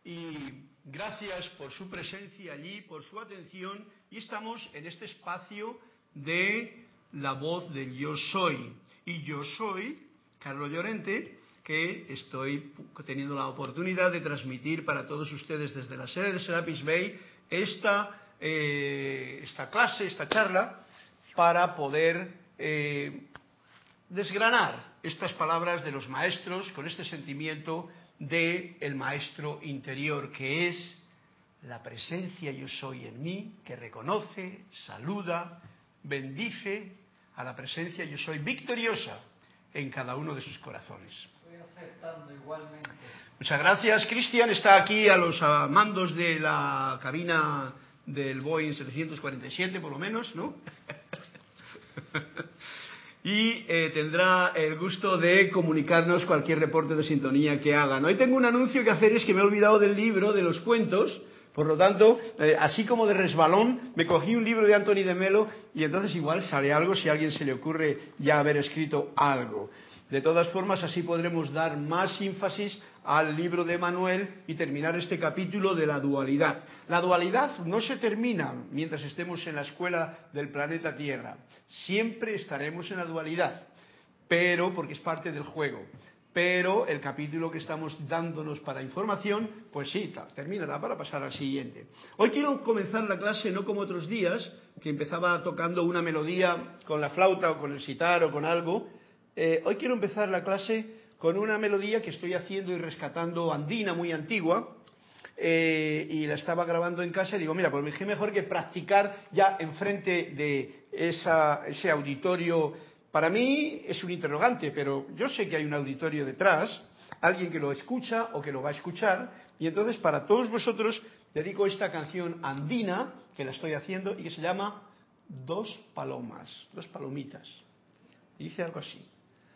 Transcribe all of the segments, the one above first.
y gracias por su presencia allí, por su atención, y estamos en este espacio de la voz del Yo Soy. Y yo soy Carlos Llorente, que estoy teniendo la oportunidad de transmitir para todos ustedes desde la sede de Serapis Bay esta clase, esta charla, para poder desgranar estas palabras de los maestros con este sentimiento del maestro interior, que es la presencia yo soy en mí, que reconoce, saluda, bendice a la presencia yo soy victoriosa en cada uno de sus corazones. Estoy aceptando igualmente. Muchas gracias. Cristian está aquí a los mandos de la cabina del Boeing 747, por lo menos, ¿no? Y tendrá el gusto de comunicarnos cualquier reporte de sintonía que hagan. Hoy tengo un anuncio que hacer, es que me he olvidado del libro, de los cuentos, por lo tanto, así como de resbalón, me cogí un libro de Anthony de Melo y entonces igual sale algo si a alguien se le ocurre ya haber escrito algo. De todas formas, así podremos dar más énfasis al libro de Manuel y terminar este capítulo de la dualidad. La dualidad no se termina mientras estemos en la escuela del planeta Tierra. Siempre estaremos en la dualidad, pero porque es parte del juego. Pero el capítulo que estamos dándonos para información, pues sí, terminará para pasar al siguiente. Hoy quiero comenzar la clase no como otros días, que empezaba tocando una melodía con la flauta o con el sitar o con algo. Hoy quiero empezar la clase con una melodía que estoy haciendo y rescatando andina, muy antigua, y la estaba grabando en casa y digo, mira, pues qué mejor que practicar ya enfrente de ese auditorio. Para mí es un interrogante, pero yo sé que hay un auditorio detrás, alguien que lo escucha o que lo va a escuchar, y entonces para todos vosotros dedico esta canción andina, que la estoy haciendo, y que se llama Dos Palomas, dos palomitas. Y dice algo así.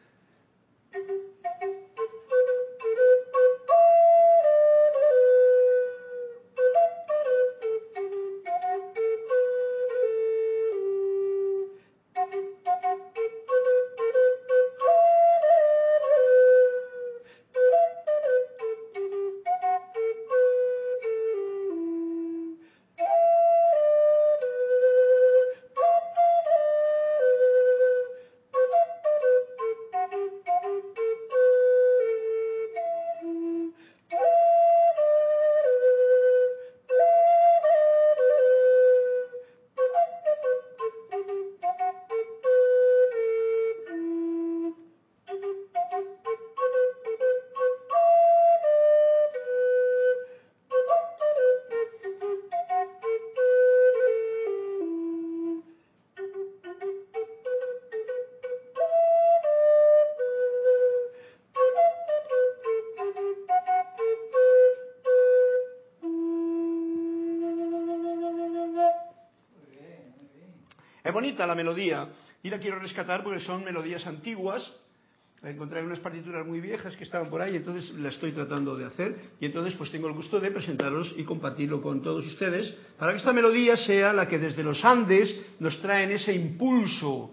Es bonita la melodía y la quiero rescatar porque son melodías antiguas. Encontré unas partituras muy viejas que estaban por ahí, entonces la estoy tratando de hacer y entonces pues tengo el gusto de presentaros y compartirlo con todos ustedes para que esta melodía sea la que desde los Andes nos traen ese impulso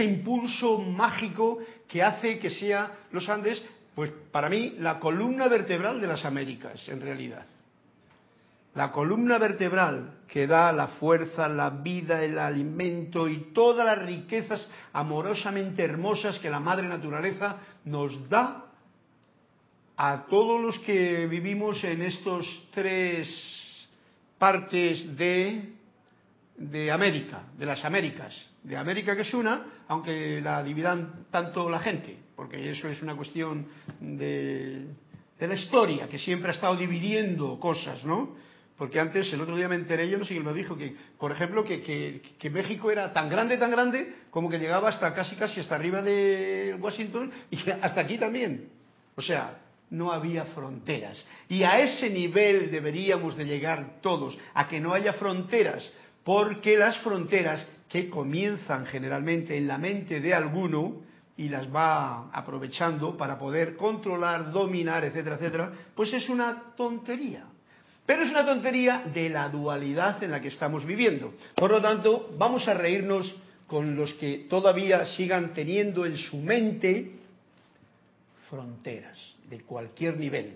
mágico que hace que sea los Andes, pues para mí, la columna vertebral de las Américas, en realidad. La columna vertebral que da la fuerza, la vida, el alimento y todas las riquezas amorosamente hermosas que la madre naturaleza nos da a todos los que vivimos en estos tres partes de América, de las Américas. De América, que es una, aunque la dividan tanto la gente, porque eso es una cuestión de la historia, que siempre ha estado dividiendo cosas, ¿no? Porque antes, el otro día me enteré, yo no sé quién me lo dijo, que por ejemplo que México era tan grande, como que llegaba hasta casi hasta arriba de Washington y hasta aquí también. O sea, no había fronteras. Y a ese nivel deberíamos de llegar todos, a que no haya fronteras, porque las fronteras que comienzan generalmente en la mente de alguno y las va aprovechando para poder controlar, dominar, etcétera, etcétera, pues es una tontería. Pero es una tontería de la dualidad en la que estamos viviendo. Por lo tanto, vamos a reírnos con los que todavía sigan teniendo en su mente fronteras de cualquier nivel.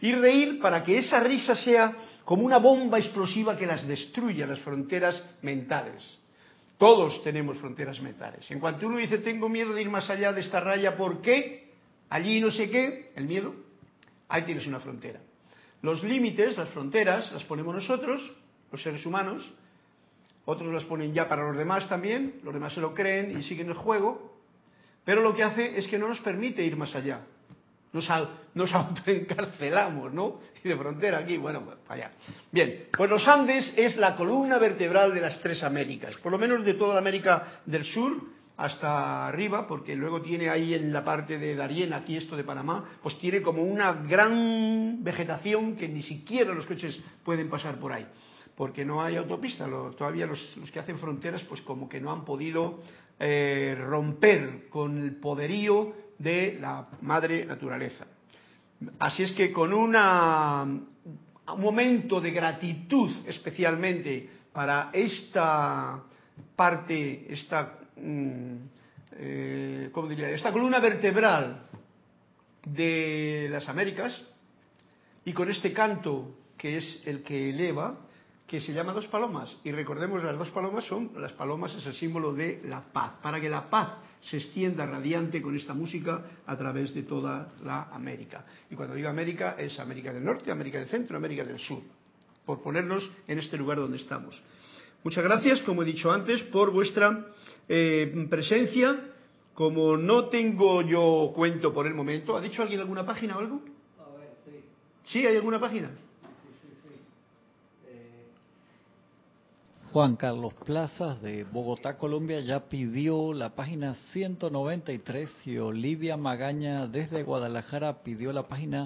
Y reír para que esa risa sea como una bomba explosiva que las destruya, las fronteras mentales. Todos tenemos fronteras mentales. En cuanto uno dice, tengo miedo de ir más allá de esta raya, ¿por qué? Allí no sé qué, el miedo, ahí tienes una frontera. Los límites, las fronteras, las ponemos nosotros, los seres humanos. Otros las ponen ya para los demás también, los demás se lo creen y siguen el juego, pero lo que hace es que no nos permite ir más allá. Nos autoencarcelamos, ¿no? Y de frontera aquí, bueno, pues para allá. Bien, pues los Andes es la columna vertebral de las tres Américas, por lo menos de toda la América del Sur hasta arriba, porque luego tiene ahí en la parte de Darién, aquí esto de Panamá, pues tiene como una gran vegetación que ni siquiera los coches pueden pasar por ahí, porque no hay autopista. Todavía los que hacen fronteras pues como que no han podido romper con el poderío de la madre naturaleza. Así es que con un momento de gratitud especialmente para esta parte, ¿cómo diría? Esta columna vertebral de las Américas, y con este canto que es el que eleva, que se llama Dos Palomas, y recordemos, las dos palomas las palomas es el símbolo de la paz, para que la paz se extienda radiante con esta música a través de toda la América. Y cuando digo América, es América del Norte, América del Centro, América del Sur, por ponernos en este lugar donde estamos. Muchas gracias, como he dicho antes, por vuestra presencia. Como no tengo yo cuento por el momento, ¿ha dicho alguien alguna página o algo? A ver, sí. ¿Sí? ¿Hay alguna página? Juan Carlos Plazas de Bogotá, Colombia, ya pidió la página 193 y Olivia Magaña desde Guadalajara pidió la página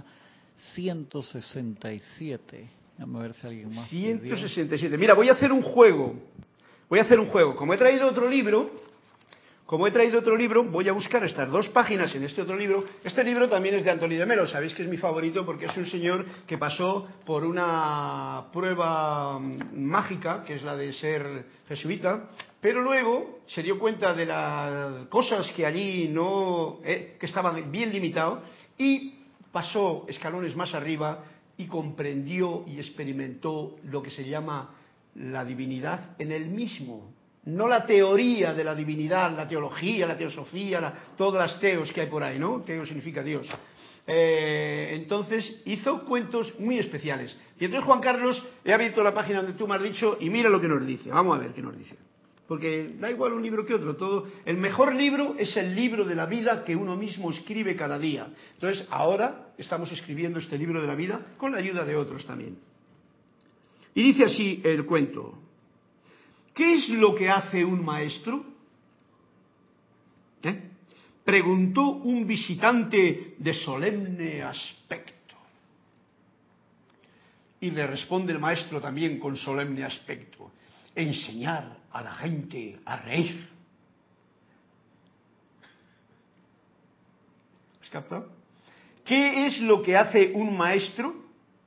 167. Vamos a ver si alguien más pidió. 167. Mira, voy a hacer un juego. Como he traído otro libro, voy a buscar estas dos páginas en este otro libro. Este libro también es de Antoni de Melo. Sabéis que es mi favorito porque es un señor que pasó por una prueba mágica, que es la de ser jesuita, pero luego se dio cuenta de las cosas que allí no, que estaban bien limitados, y pasó escalones más arriba y comprendió y experimentó lo que se llama la divinidad en él mismo. No la teoría de la divinidad, la teología, la teosofía, todas las teos que hay por ahí, ¿no? Teo significa Dios. Entonces hizo cuentos muy especiales. Y entonces, Juan Carlos, he abierto la página donde tú me has dicho y mira lo que nos dice. Vamos a ver qué nos dice. Porque da igual un libro que otro. El mejor libro es el libro de la vida que uno mismo escribe cada día. Entonces, ahora estamos escribiendo este libro de la vida con la ayuda de otros también. Y dice así el cuento. ¿Qué es lo que hace un maestro? Preguntó un visitante de solemne aspecto. Y le responde el maestro también con solemne aspecto. Enseñar a la gente a reír. ¿Has captado? ¿Qué es lo que hace un maestro?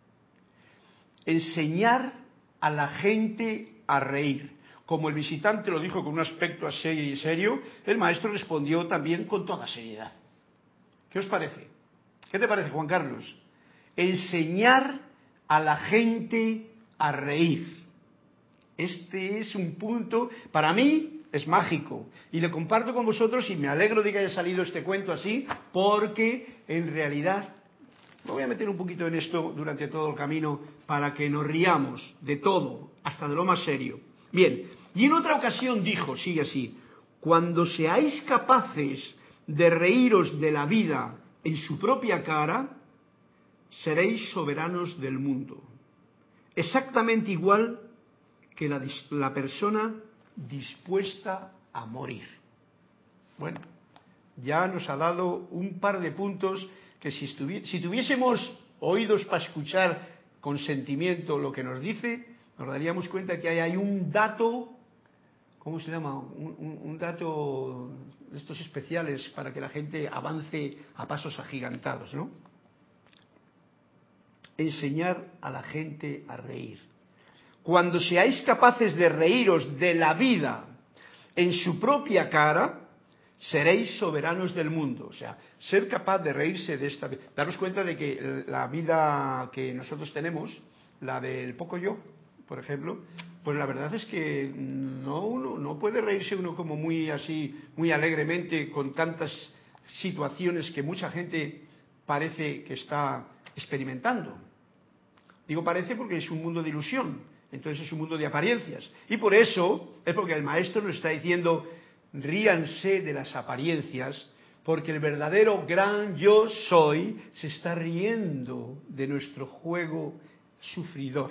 Enseñar a la gente a reír. Como el visitante lo dijo con un aspecto así serio, el maestro respondió también con toda seriedad. ¿Qué os parece? ¿Qué te parece, Juan Carlos? Enseñar a la gente a reír. Este es un punto, para mí, es mágico. Y lo comparto con vosotros y me alegro de que haya salido este cuento así, porque en realidad me voy a meter un poquito en esto durante todo el camino para que nos riamos de todo, hasta de lo más serio. Bien, y en otra ocasión dijo, sigue así, cuando seáis capaces de reíros de la vida en su propia cara, seréis soberanos del mundo. Exactamente igual que la persona dispuesta a morir. Bueno, ya nos ha dado un par de puntos que si tuviésemos oídos para escuchar con sentimiento lo que nos dice, nos daríamos cuenta que hay un dato, ¿cómo se llama? Un dato de estos especiales para que la gente avance a pasos agigantados, ¿no? Enseñar a la gente a reír. Cuando seáis capaces de reíros de la vida en su propia cara, seréis soberanos del mundo. O sea, ser capaz de reírse de esta vida. Daros cuenta de que la vida que nosotros tenemos, la del poco yo, por ejemplo, pues la verdad es que no puede reírse uno como muy así, muy alegremente con tantas situaciones que mucha gente parece que está experimentando. Digo parece porque es un mundo de ilusión, entonces es un mundo de apariencias. Y por eso es porque el maestro nos está diciendo, ríanse de las apariencias, porque el verdadero gran yo soy se está riendo de nuestro juego sufridor.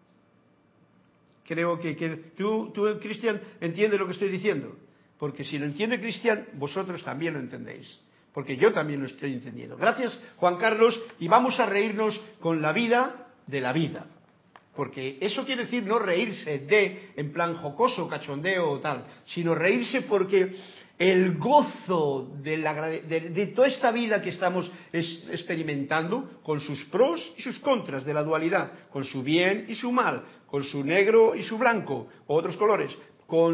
Creo que tú, Cristian, entiendes lo que estoy diciendo, porque si lo entiende Cristian, vosotros también lo entendéis, porque yo también lo estoy entendiendo. Gracias, Juan Carlos, y vamos a reírnos con la vida de la vida, porque eso quiere decir no reírse en plan jocoso, cachondeo o tal, sino reírse porque el gozo de toda esta vida que estamos experimentando, con sus pros y sus contras de la dualidad, con su bien y su mal, con su negro y su blanco, o otros colores, con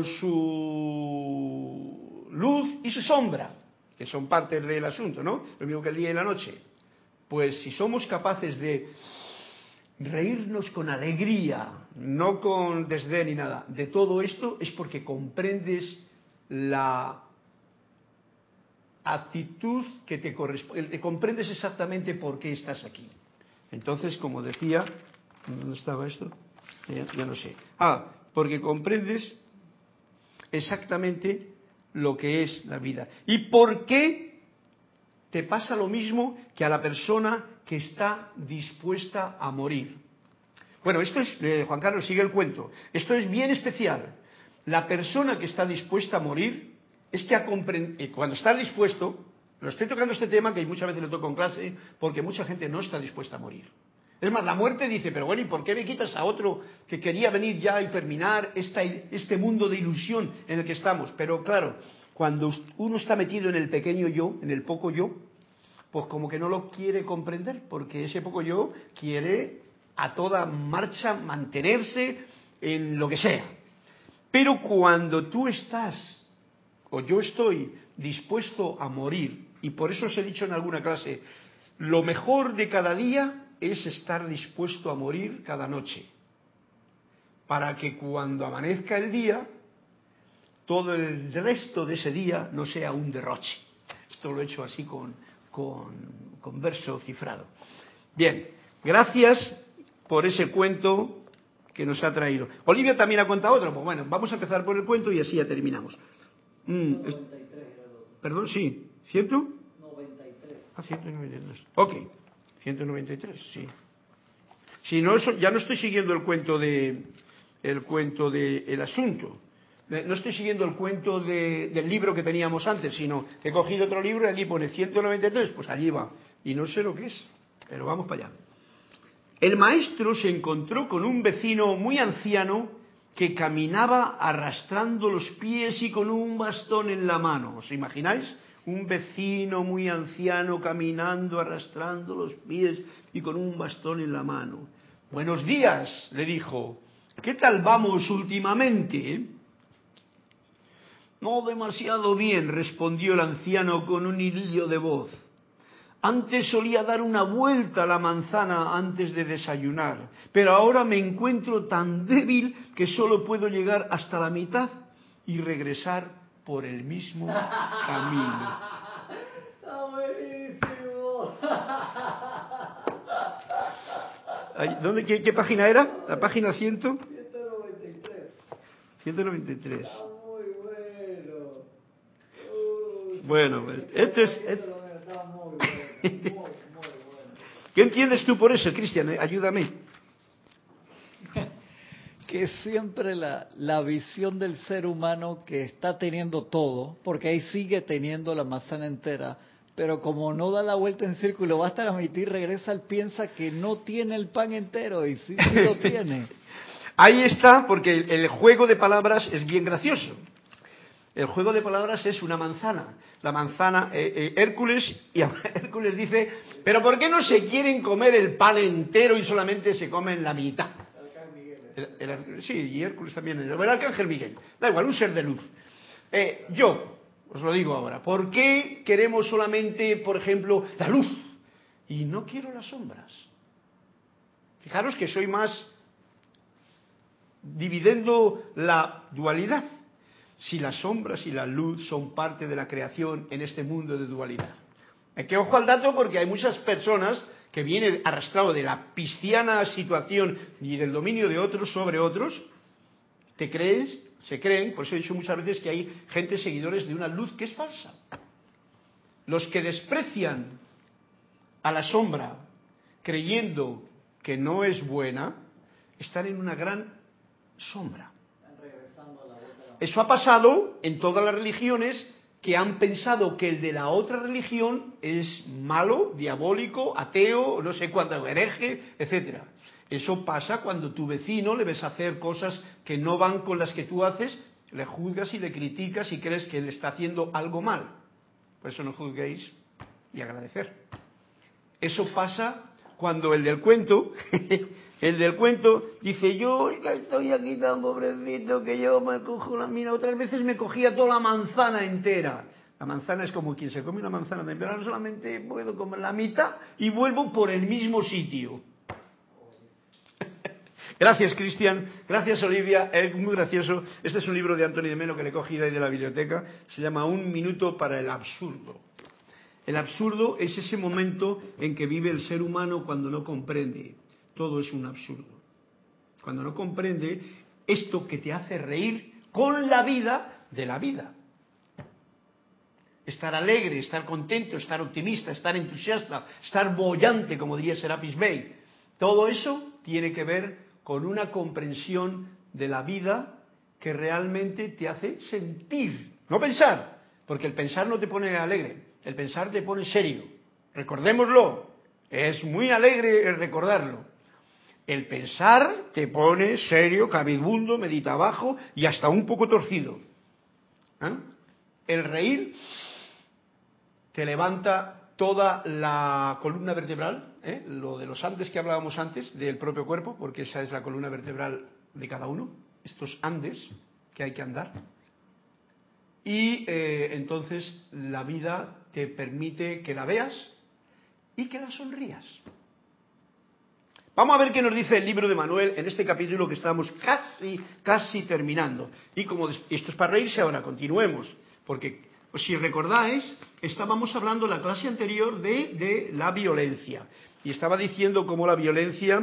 su luz y su sombra, que son partes del asunto, ¿no? Lo mismo que el día y la noche. Pues si somos capaces de reírnos con alegría, no con desdén ni nada, de todo esto, es porque comprendes la actitud que te corresponde, comprendes exactamente por qué estás aquí. Entonces, como decía, ¿dónde estaba esto? Ya no sé. Porque comprendes exactamente lo que es la vida. ¿Y por qué te pasa lo mismo que a la persona que está dispuesta a morir? Bueno, esto es, Juan Carlos, sigue el cuento. Esto es bien especial. La persona que está dispuesta a morir es que cuando está dispuesto, lo estoy tocando este tema que muchas veces lo toco en clase, porque mucha gente no está dispuesta a morir. Es más, la muerte dice, pero bueno, ¿y por qué me quitas a otro que quería venir ya y terminar este mundo de ilusión en el que estamos? Pero claro, cuando uno está metido en el pequeño yo, en el poco yo, pues como que no lo quiere comprender, porque ese poco yo quiere a toda marcha mantenerse en lo que sea. Pero cuando tú estás, o yo estoy dispuesto a morir, y por eso os he dicho en alguna clase, lo mejor de cada día es estar dispuesto a morir cada noche, para que cuando amanezca el día, todo el resto de ese día no sea un derroche. Esto lo he hecho así con verso cifrado. Bien, gracias por ese cuento que nos ha traído. Olivia también ha contado otro. Pues bueno, vamos a empezar por el cuento y así ya terminamos. 193 era el otro. Perdón, sí. ¿100? 93. 193. Ok. 193, sí. Si no, ya no estoy siguiendo el cuento del asunto. No estoy siguiendo el cuento del libro que teníamos antes, sino he cogido otro libro y allí pone 193, pues allí va. Y no sé lo que es, pero vamos para allá. El maestro se encontró con un vecino muy anciano que caminaba arrastrando los pies y con un bastón en la mano. ¿Os imagináis? Un vecino muy anciano caminando, arrastrando los pies y con un bastón en la mano. Buenos días, le dijo. ¿Qué tal vamos últimamente? No demasiado bien, respondió el anciano con un hilillo de voz. Antes solía dar una vuelta a la manzana antes de desayunar, pero ahora me encuentro tan débil que solo puedo llegar hasta la mitad y regresar por el mismo camino. ¡Está buenísimo! ¿Qué página era? ¿La página 100? 193. 193. Está muy bueno. Bueno, este es... Está muy bueno. Muy bueno. ¿Qué entiendes tú por eso, Cristian? Ayúdame. Que siempre la visión del ser humano que está teniendo todo, porque ahí sigue teniendo la manzana entera, pero como no da la vuelta en círculo, va hasta la mitad y regresa, él piensa que no tiene el pan entero y sí lo tiene. Ahí está, porque el juego de palabras es bien gracioso. El juego de palabras es una manzana. La manzana, Hércules, y Hércules dice, pero ¿por qué no se quieren comer el pan entero y solamente se comen la mitad? Sí, y Hércules también, el arcángel Miguel, da igual, un ser de luz. Yo, Os lo digo ahora. ¿Por qué queremos solamente, por ejemplo, la luz? Y no quiero las sombras. Fijaros que soy más dividiendo la dualidad. Si las sombras y la luz son parte de la creación en este mundo de dualidad. Hay que ojo al dato porque hay muchas personas que vienen arrastrado de la pisciana situación y del dominio de otros sobre otros, se creen, por eso he dicho muchas veces que hay gente seguidores de una luz que es falsa. Los que desprecian a la sombra creyendo que no es buena, están en una gran sombra. Eso ha pasado en todas las religiones que han pensado que el de la otra religión es malo, diabólico, ateo, no sé cuánto, hereje, etcétera. Eso pasa cuando tu vecino le ves hacer cosas que no van con las que tú haces, le juzgas y le criticas y crees que él está haciendo algo mal. Por eso no juzguéis y agradecer. Eso pasa cuando el del cuento dice, yo estoy aquí tan pobrecito que yo me cojo la mina, otras veces me cogía toda la manzana entera. La manzana es como quien se come una manzana temprana, solamente puedo comer la mitad y vuelvo por el mismo sitio. Gracias, Cristian. Gracias, Olivia. Es muy gracioso. Este es un libro de Anthony de Melo que le he cogido ahí de la biblioteca. Se llama Un minuto para el absurdo. El absurdo es ese momento en que vive el ser humano cuando no comprende. Todo es un absurdo. Cuando no comprende esto que te hace reír con la vida de la vida. Estar alegre, estar contento, estar optimista, estar entusiasta, estar boyante, como diría Serapis Bey. Todo eso tiene que ver con una comprensión de la vida que realmente te hace sentir, no pensar, porque el pensar no te pone alegre, el pensar te pone serio. Recordémoslo, es muy alegre el recordarlo. El pensar te pone serio, cabezudo, medita abajo y hasta un poco torcido. El reír te levanta toda la columna vertebral, lo de los Andes que hablábamos antes, del propio cuerpo, porque esa es la columna vertebral de cada uno, estos Andes que hay que andar. Y entonces la vida te permite que la veas y que la sonrías. Vamos a ver qué nos dice el libro de Manuel en este capítulo que estamos casi terminando. Y como esto es para reírse, ahora continuemos, porque si recordáis, estábamos hablando en la clase anterior de la violencia. Y estaba diciendo cómo la violencia,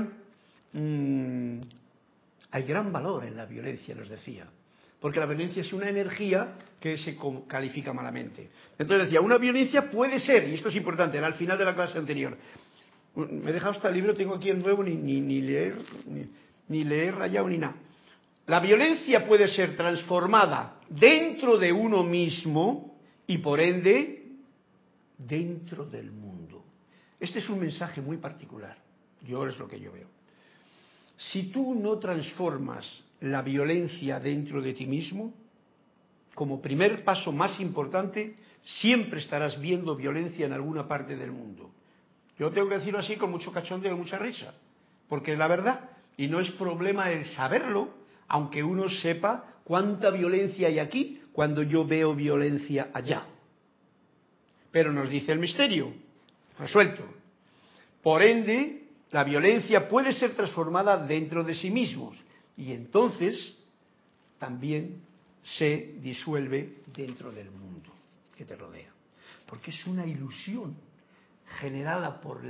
hay gran valor en la violencia, nos decía. Porque la violencia es una energía que se califica malamente. Entonces decía, una violencia puede ser, y esto es importante, era al final de la clase anterior. Me he dejado hasta el libro, tengo aquí el nuevo, ni leer rayado ni nada. La violencia puede ser transformada dentro de uno mismo y por ende dentro del mundo. Este es un mensaje muy particular. Yo es lo que yo veo. Si tú no transformas la violencia dentro de ti mismo, como primer paso más importante, siempre estarás viendo violencia en alguna parte del mundo. Yo tengo que decirlo así con mucho cachondeo y mucha risa, porque es la verdad, y no es problema el saberlo, aunque uno sepa cuánta violencia hay aquí cuando yo veo violencia allá. Pero nos dice el misterio, resuelto. Por ende, la violencia puede ser transformada dentro de sí mismos, y entonces también se disuelve dentro del mundo que te rodea. Porque es una ilusión generada por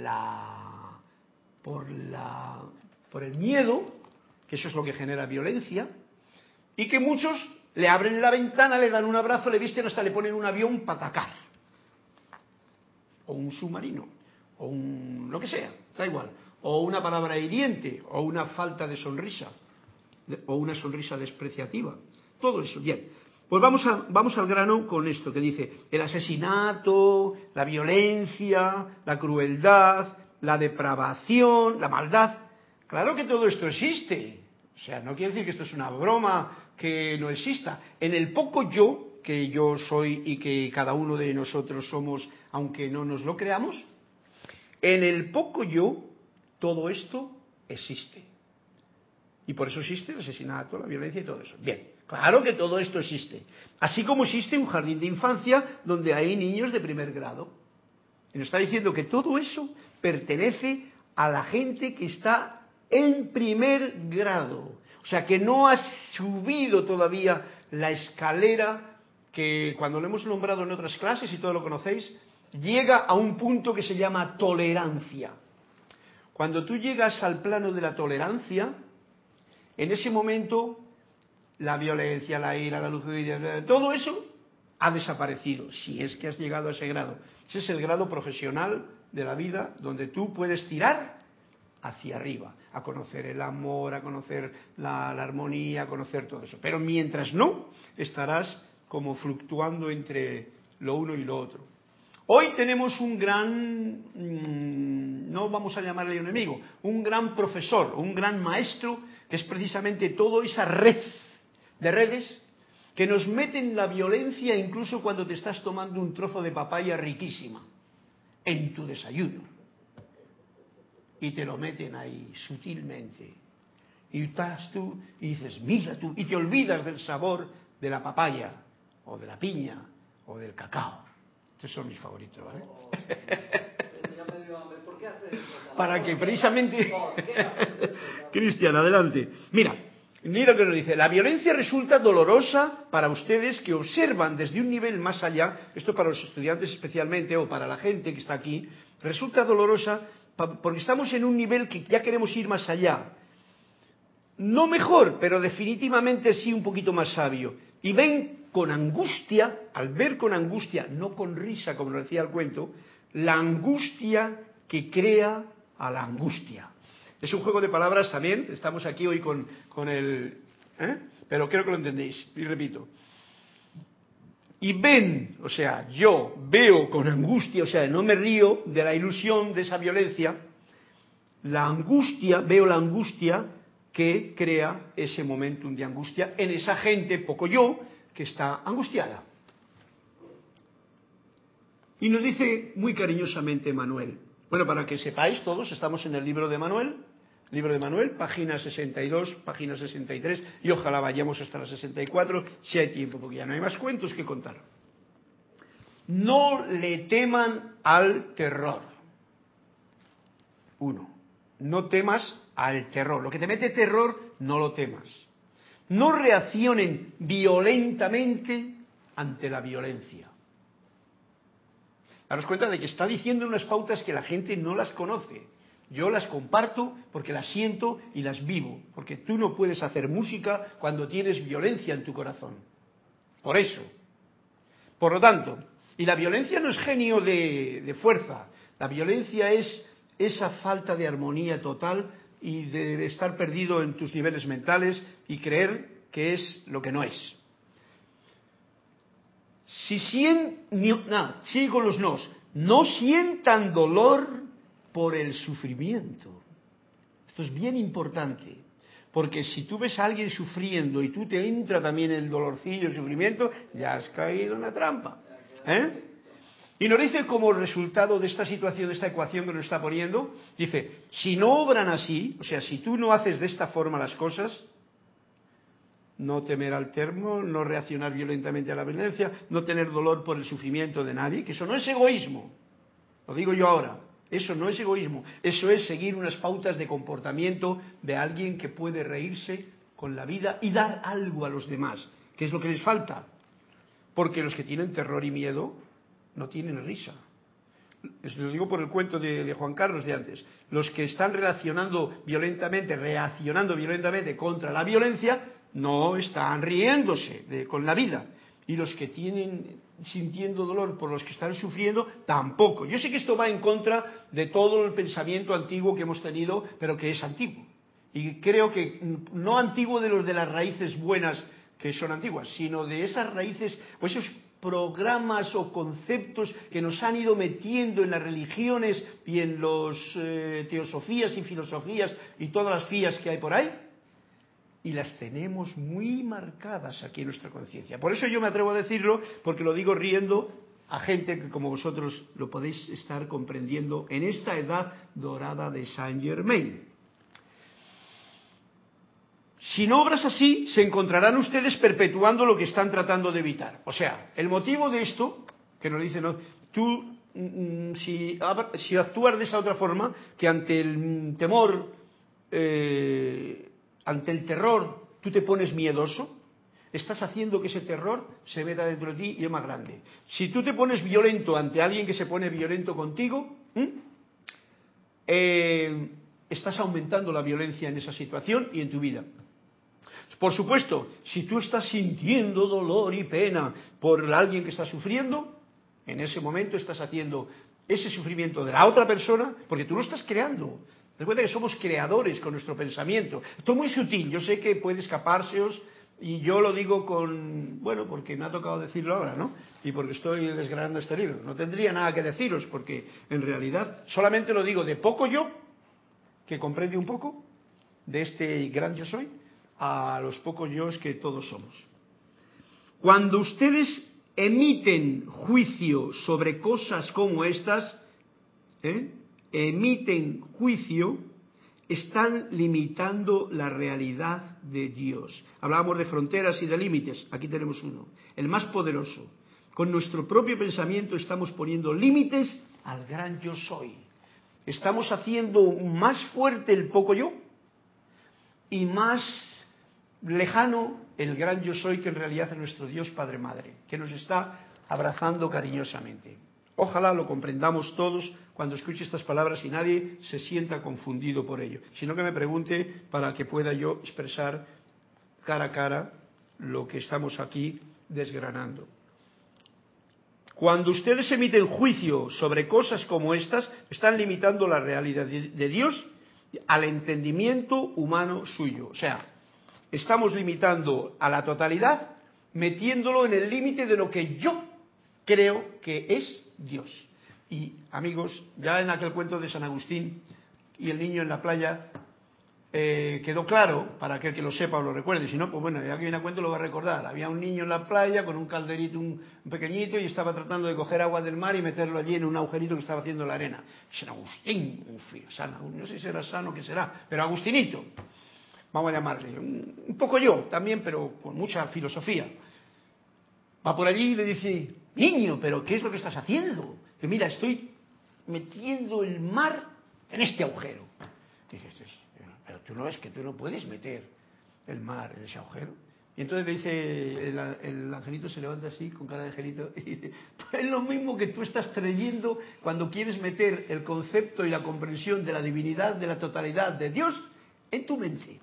el miedo, que eso es lo que genera violencia, y que muchos le abren la ventana, le dan un abrazo, le visten, hasta le ponen un avión para atacar, o un submarino, o lo que sea, da igual, o una palabra hiriente, o una falta de sonrisa, o una sonrisa despreciativa, todo eso. Bien, pues vamos al grano con esto que dice el asesinato, la violencia, la crueldad, la depravación, la maldad. Claro que todo esto existe. O sea, no quiere decir que esto es una broma que no exista. En el poco yo, que yo soy y que cada uno de nosotros somos, aunque no nos lo creamos, en el poco yo, todo esto existe. Y por eso existe el asesinato, la violencia y todo eso. Bien, claro que todo esto existe. Así como existe un jardín de infancia donde hay niños de primer grado. Y nos está diciendo que todo eso pertenece a la gente que está en primer grado. O sea, que no ha subido todavía la escalera que cuando lo hemos nombrado en otras clases y todo lo conocéis, llega a un punto que se llama tolerancia. Cuando tú llegas al plano de la tolerancia, en ese momento la violencia, la ira, la lujuria, todo eso ha desaparecido, si es que has llegado a ese grado. Ese es el grado profesional de la vida donde tú puedes tirar hacia arriba, a conocer el amor, a conocer la armonía, a conocer todo eso. Pero mientras no, estarás como fluctuando entre lo uno y lo otro. Hoy tenemos un gran, no vamos a llamarle enemigo, un gran profesor, un gran maestro, que es precisamente toda esa red de redes que nos meten la violencia incluso cuando te estás tomando un trozo de papaya riquísima en tu desayuno. Y te lo meten ahí sutilmente. Y estás tú y dices, mira tú, y te olvidas del sabor de la papaya, o de la piña, o del cacao. Estos son mis favoritos, ¿vale? ¿Por qué haces eso? Para que precisamente... Cristian, adelante. Mira lo que nos dice. La violencia resulta dolorosa para ustedes que observan desde un nivel más allá, esto para los estudiantes especialmente, o para la gente que está aquí, resulta dolorosa porque estamos en un nivel que ya queremos ir más allá. No mejor, pero definitivamente sí un poquito más sabio. Y ven con angustia, al ver con angustia, no con risa, como lo decía el cuento, la angustia que crea a la angustia. Es un juego de palabras también, estamos aquí hoy con el... Pero creo que lo entendéis, y repito. Y ven, o sea, yo veo con angustia, o sea, no me río de la ilusión de esa violencia, la angustia, veo la angustia que crea ese momentum de angustia en esa gente, poco yo, que está angustiada. Y nos dice muy cariñosamente Manuel. Bueno, para que sepáis todos, estamos en el libro de Manuel, página 62, página 63, y ojalá vayamos hasta la 64, si hay tiempo, porque ya no hay más cuentos que contar. No le teman al terror. 1. No temas al terror. Lo que te mete terror, no lo temas. No reaccionen violentamente ante la violencia. Daros cuenta de que está diciendo unas pautas que la gente no las conoce. Yo las comparto porque las siento y las vivo. Porque tú no puedes hacer música cuando tienes violencia en tu corazón. Por eso. Por lo tanto, y la violencia no es genio de fuerza. La violencia es esa falta de armonía total y de estar perdido en tus niveles mentales y creer que es lo que no es. Sigue con los nos. No sientan dolor por el sufrimiento. Esto es bien importante, porque si tú ves a alguien sufriendo y tú te entra también el dolorcillo, el sufrimiento, ya has caído en la trampa. Y nos dice como resultado de esta situación, de esta ecuación que nos está poniendo, dice, si no obran así, o sea, si tú no haces de esta forma las cosas, no temer al termo, no reaccionar violentamente a la violencia, no tener dolor por el sufrimiento de nadie, que eso no es egoísmo, lo digo yo ahora, eso no es egoísmo, eso es seguir unas pautas de comportamiento de alguien que puede reírse con la vida y dar algo a los demás, que es lo que les falta, porque los que tienen terror y miedo no tienen risa. Lo digo por el cuento de Juan Carlos de antes. Los que están reaccionando violentamente contra la violencia, no están riéndose con la vida. Y los que tienen sintiendo dolor por los que están sufriendo, tampoco. Yo sé que esto va en contra de todo el pensamiento antiguo que hemos tenido, pero que es antiguo. Y creo que no antiguo de los de las raíces buenas que son antiguas, sino de esas raíces, o esos programas o conceptos que nos han ido metiendo en las religiones y en los teosofías y filosofías y todas las fías que hay por ahí, y las tenemos muy marcadas aquí en nuestra conciencia. Por eso yo me atrevo a decirlo, porque lo digo riendo a gente que como vosotros lo podéis estar comprendiendo en esta edad dorada de Saint Germain. Si no obras así, se encontrarán ustedes perpetuando lo que están tratando de evitar. O sea, el motivo de esto, que nos dice, no, tú, si actúas de esa otra forma, que ante el temor, ante el terror, tú te pones miedoso, estás haciendo que ese terror se meta dentro de ti y es más grande. Si tú te pones violento ante alguien que se pone violento contigo, estás aumentando la violencia en esa situación y en tu vida. Por supuesto, si tú estás sintiendo dolor y pena por alguien que está sufriendo, en ese momento estás haciendo ese sufrimiento de la otra persona, porque tú lo estás creando. Recuerda que somos creadores con nuestro pensamiento. Esto es muy sutil, yo sé que puede escapárseos, y yo lo digo porque me ha tocado decirlo ahora, ¿no? Y porque estoy desgranando este libro. No tendría nada que deciros, porque en realidad solamente lo digo de poco yo, que comprende un poco de este gran yo soy, a los pocos yoes que todos somos. Cuando ustedes emiten juicio sobre cosas como estas, emiten juicio, están limitando la realidad de Dios. Hablábamos de fronteras y de límites, aquí tenemos uno, el más poderoso. Con nuestro propio pensamiento estamos poniendo límites al gran yo soy. Estamos haciendo más fuerte el poco yo y más lejano el gran yo soy, que en realidad es nuestro Dios Padre Madre, que nos está abrazando cariñosamente. Ojalá lo comprendamos todos cuando escuche estas palabras y nadie se sienta confundido por ello, sino que me pregunte para que pueda yo expresar cara a cara lo que estamos aquí desgranando. Cuando ustedes emiten juicio sobre cosas como estas, están limitando la realidad de Dios al entendimiento humano suyo. O sea, estamos limitando a la totalidad, metiéndolo en el límite de lo que yo creo que es Dios. Y amigos, ya en aquel cuento de San Agustín y el niño en la playa, quedó claro, para aquel que lo sepa o lo recuerde, si no, pues bueno, ya que viene a cuento lo va a recordar. Había un niño en la playa con un calderito, un pequeñito, y estaba tratando de coger agua del mar y meterlo allí en un agujerito que estaba haciendo la arena. San Agustín, no sé si será sano, qué será, pero Agustinito, vamos a llamarle, un poco yo también, pero con mucha filosofía. Va por allí y le dice, niño, pero ¿qué es lo que estás haciendo? Que mira, estoy metiendo el mar en este agujero. Dices, pero tú no ves que tú no puedes meter el mar en ese agujero. Y entonces le dice, el angelito se levanta así, con cara de angelito, y dice, pues es lo mismo que tú estás trayendo cuando quieres meter el concepto y la comprensión de la divinidad, de la totalidad de Dios, en tu mente.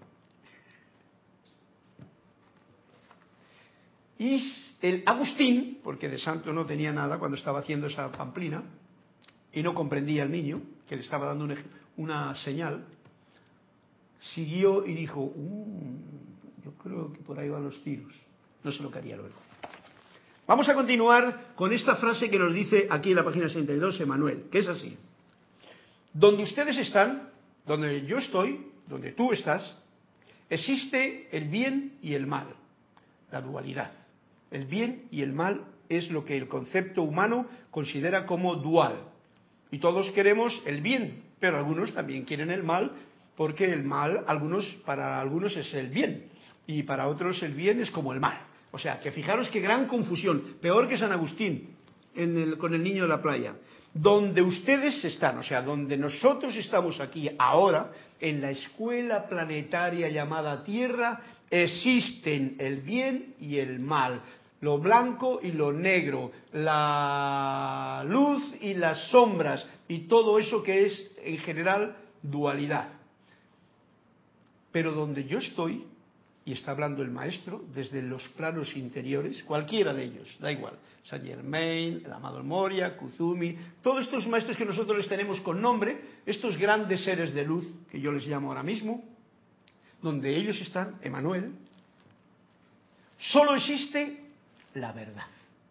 Y el Agustín, porque de santo no tenía nada cuando estaba haciendo esa pamplina, y no comprendía al niño, que le estaba dando una señal, siguió y dijo, yo creo que por ahí van los tiros. No sé lo que haría luego. Vamos a continuar con esta frase que nos dice aquí en la página 62 Emmanuel, que es así. Donde ustedes están, donde yo estoy, donde tú estás, existe el bien y el mal, la dualidad. El bien y el mal es lo que el concepto humano considera como dual. Y todos queremos el bien, pero algunos también quieren el mal, porque el mal para algunos es el bien, y para otros el bien es como el mal. O sea, que fijaros qué gran confusión, peor que San Agustín con el niño de la playa. Donde ustedes están, o sea, donde nosotros estamos aquí ahora, en la escuela planetaria llamada Tierra, existen el bien y el mal, lo blanco y lo negro, la luz y las sombras, y todo eso que es en general dualidad. Pero donde yo estoy, y está hablando el maestro, desde los planos interiores, cualquiera de ellos, da igual, Saint Germain, el amado Moria, Kuzumi, todos estos maestros que nosotros les tenemos con nombre, estos grandes seres de luz, que yo les llamo ahora mismo, donde ellos están, Emmanuel, solo existe la verdad.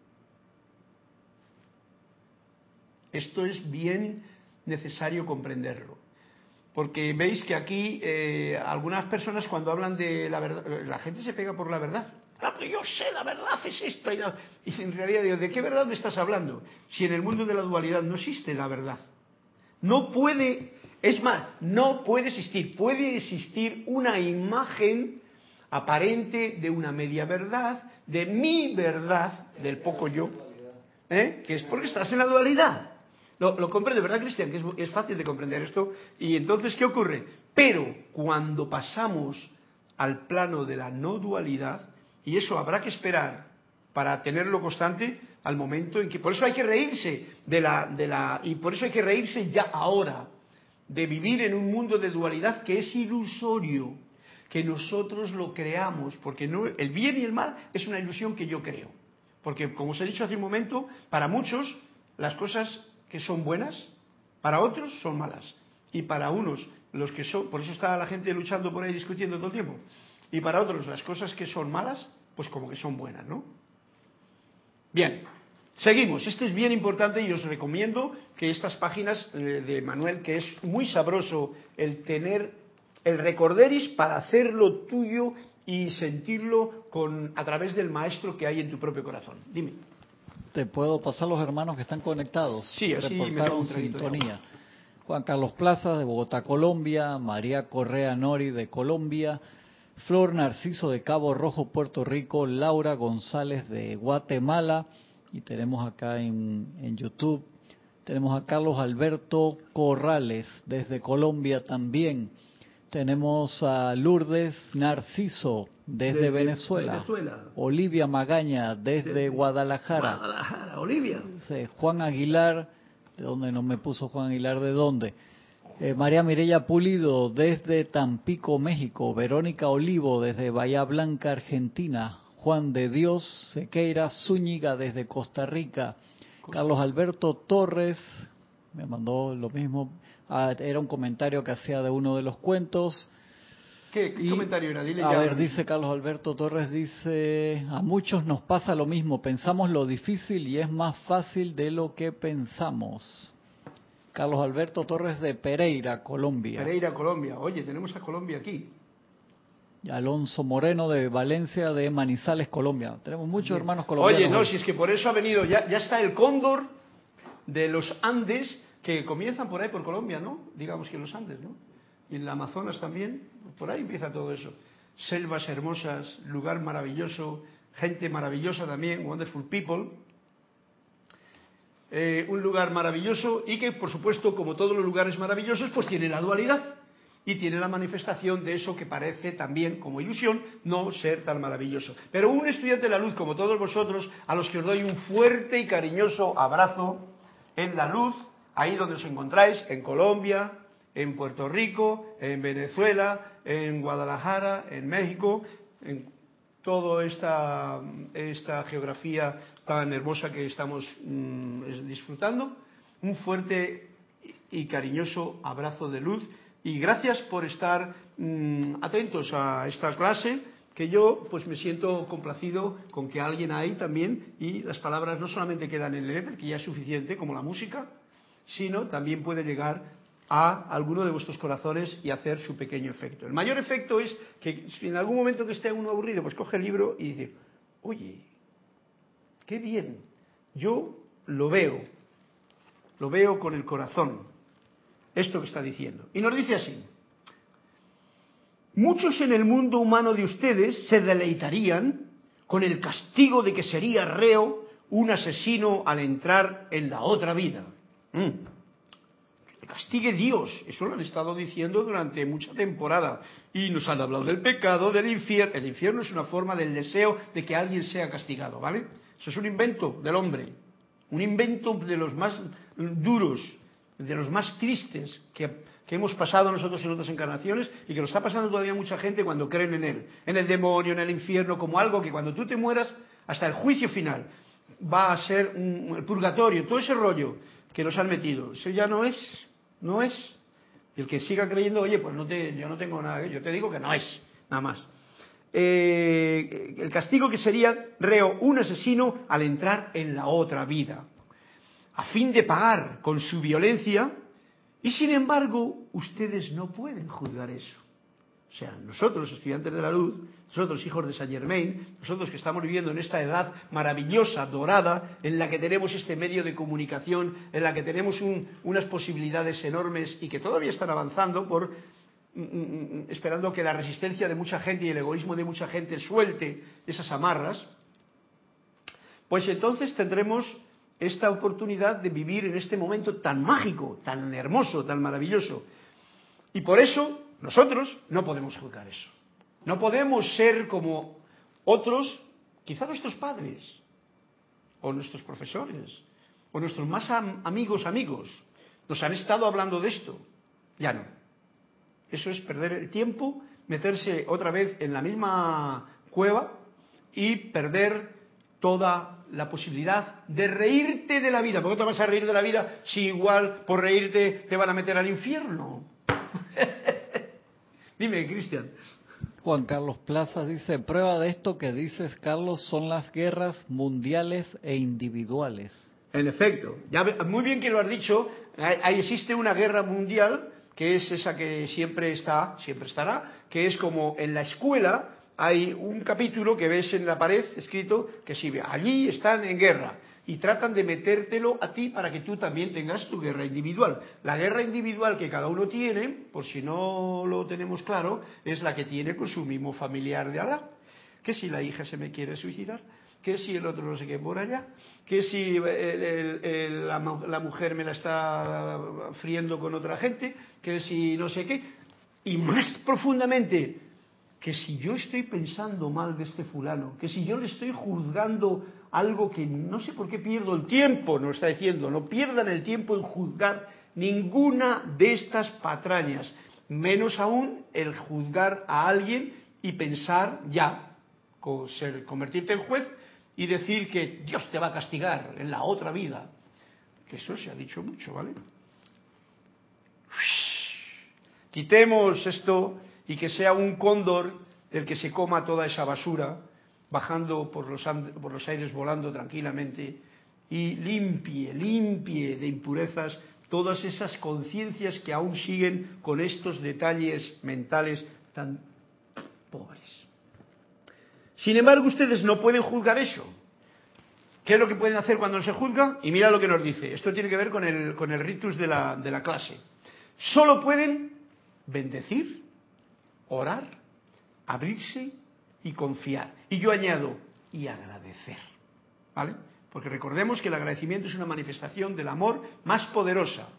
Esto es bien necesario comprenderlo. Porque veis que aquí algunas personas cuando hablan de la verdad, la gente se pega por la verdad. Claro, yo sé, la verdad es esta. Y en realidad digo, ¿de qué verdad me estás hablando? Si en el mundo de la dualidad no existe la verdad. No puede, es más, no puede existir. Puede existir una imagen aparente, de una media verdad, de mi verdad, del poco yo, que es porque estás en la dualidad. Lo comprende, ¿verdad, Cristian? Que es fácil de comprender esto. Y entonces, ¿qué ocurre? Pero cuando pasamos al plano de la no dualidad, y eso habrá que esperar para tenerlo constante al momento en que... Por eso hay que reírse y por eso hay que reírse ya ahora, de vivir en un mundo de dualidad que es ilusorio, que nosotros lo creamos, porque no, el bien y el mal es una ilusión que yo creo. Porque, como os he dicho hace un momento, para muchos las cosas que son buenas, para otros son malas. Y para unos, los que son, por eso está la gente luchando por ahí discutiendo todo el tiempo, y para otros las cosas que son malas, pues como que son buenas, ¿no? Bien, seguimos. Esto es bien importante y os recomiendo que estas páginas de Manuel, que es muy sabroso el tener el recorderis para hacerlo tuyo y sentirlo a través del maestro que hay en tu propio corazón. Dime. Te puedo pasar los hermanos que están conectados. Sí, así reportaron sintonía. Juan Carlos Plaza de Bogotá, Colombia, María Correa Nori de Colombia, Flor Narciso de Cabo Rojo, Puerto Rico, Laura González de Guatemala, y tenemos acá en YouTube, tenemos a Carlos Alberto Corrales desde Colombia también, tenemos a Lourdes Narciso desde Venezuela, Olivia Magaña desde Guadalajara, Olivia. Juan Aguilar, ¿de dónde no me puso Juan Aguilar? ¿De dónde? María Mireya Pulido desde Tampico, México. Verónica Olivo desde Bahía Blanca, Argentina. Juan de Dios Sequeira Zúñiga desde Costa Rica. Carlos Alberto Torres me mandó lo mismo. Era un comentario que hacía de uno de los cuentos. ¿Qué comentario era? Dile a ya. ver, dice Carlos Alberto Torres, dice, a muchos nos pasa lo mismo, pensamos lo difícil y es más fácil de lo que pensamos. Carlos Alberto Torres de Pereira, Colombia. Pereira, Colombia. Oye, tenemos a Colombia aquí. Y Alonso Moreno de Valencia, de Manizales, Colombia. Tenemos muchos hermanos colombianos. Oye, no, si es que por eso ha venido, ya está el cóndor de los Andes, que comienzan por ahí, por Colombia, ¿no? Digamos que los Andes, ¿no? Y en la Amazonas también, por ahí empieza todo eso. Selvas hermosas, lugar maravilloso, gente maravillosa también, wonderful people. Un lugar maravilloso y que, por supuesto, como todos los lugares maravillosos, pues tiene la dualidad y tiene la manifestación de eso que parece también, como ilusión, no ser tan maravilloso. Pero un estudiante de la luz, como todos vosotros, a los que os doy un fuerte y cariñoso abrazo en la luz, ahí donde os encontráis, en Colombia, en Puerto Rico, en Venezuela, en Guadalajara, en México, en toda esta geografía tan hermosa que estamos disfrutando. Un fuerte y cariñoso abrazo de luz y gracias por estar atentos a esta clase, que yo pues me siento complacido con que alguien ahí también, y las palabras no solamente quedan en el éter, que ya es suficiente, como la música, sino también puede llegar a alguno de vuestros corazones y hacer su pequeño efecto. El mayor efecto es que si en algún momento que esté uno aburrido, pues coge el libro y dice, oye, qué bien, yo lo veo con el corazón, esto que está diciendo. Y nos dice así: muchos en el mundo humano de ustedes se deleitarían con el castigo de que sería reo un asesino al entrar en la otra vida. Castigue Dios, eso lo han estado diciendo durante mucha temporada, y nos han hablado del pecado, del infierno. El infierno es una forma del deseo de que alguien sea castigado, ¿vale? Eso es un invento del hombre, un invento de los más duros, de los más tristes que hemos pasado nosotros en otras encarnaciones, y que lo está pasando todavía mucha gente cuando creen en él, en el demonio, en el infierno, como algo que cuando tú te mueras, hasta el juicio final, va a ser el purgatorio, todo ese rollo que nos han metido. Eso ya no es. Y el que siga creyendo, oye, pues yo no tengo nada, yo te digo que no es, nada más. El castigo que sería reo un asesino al entrar en la otra vida, a fin de pagar con su violencia, y sin embargo, ustedes no pueden juzgar eso. O sea, nosotros, estudiantes de la luz, nosotros, hijos de Saint Germain, nosotros que estamos viviendo en esta edad maravillosa, dorada, en la que tenemos este medio de comunicación, en la que tenemos unas posibilidades enormes y que todavía están avanzando por esperando que la resistencia de mucha gente y el egoísmo de mucha gente suelte esas amarras, pues entonces tendremos esta oportunidad de vivir en este momento tan mágico, tan hermoso, tan maravilloso. Y por eso nosotros no podemos juzgar eso. No podemos ser como otros, quizá nuestros padres, o nuestros profesores, o nuestros más amigos, nos han estado hablando de esto. Ya no. Eso es perder el tiempo, meterse otra vez en la misma cueva y perder toda la posibilidad de reírte de la vida. ¿Por qué te vas a reír de la vida si igual por reírte te van a meter al infierno? Dime, Cristian. Juan Carlos Plaza dice, prueba de esto que dices, Carlos, son las guerras mundiales e individuales. En efecto, ya muy bien que lo has dicho, ahí existe una guerra mundial, que es esa que siempre estará, que es como en la escuela hay un capítulo que ves en la pared escrito que si allí están en guerra y tratan de metértelo a ti para que tú también tengas tu guerra individual. La guerra individual que cada uno tiene, por si no lo tenemos claro, es la que tiene con su mismo familiar de al lado. Que si la hija se me quiere suicidar, que si el otro no sé qué por allá, que si la mujer me la está friendo con otra gente, que si no sé qué, y más profundamente, que si yo estoy pensando mal de este fulano, que si yo le estoy juzgando algo que no sé por qué pierdo el tiempo, nos está diciendo, no pierdan el tiempo en juzgar ninguna de estas patrañas, menos aún el juzgar a alguien y pensar ya, convertirte en juez y decir que Dios te va a castigar en la otra vida, que eso se ha dicho mucho, ¿vale? Quitemos esto y que sea un cóndor el que se coma toda esa basura, bajando por los aires, volando tranquilamente, y limpie de impurezas todas esas conciencias que aún siguen con estos detalles mentales tan pobres. Sin embargo, ustedes no pueden juzgar eso. ¿Qué es lo que pueden hacer cuando se juzga? Y mira lo que nos dice. Esto tiene que ver con el ritus de la clase. Solo pueden bendecir, orar, abrirse y confiar. Y yo añado, y agradecer. ¿Vale? Porque recordemos que el agradecimiento es una manifestación del amor más poderosa.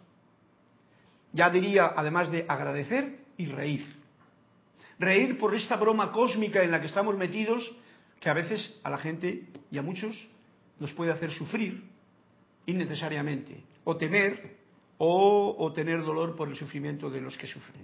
Ya diría, además de agradecer y reír. Reír por esta broma cósmica en la que estamos metidos, que a veces a la gente y a muchos nos puede hacer sufrir innecesariamente, o temer, o tener dolor por el sufrimiento de los que sufren.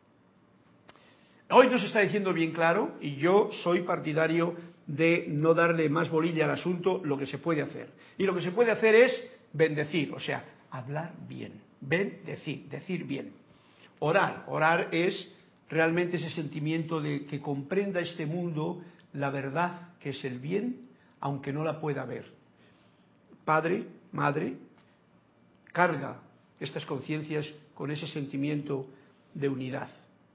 Hoy nos está diciendo bien claro, y yo soy partidario de no darle más bolilla al asunto, lo que se puede hacer. Y lo que se puede hacer es bendecir, o sea, hablar bien, decir bien. Orar es realmente ese sentimiento de que comprenda este mundo la verdad que es el bien, aunque no la pueda ver. Padre, madre, carga estas conciencias con ese sentimiento de unidad.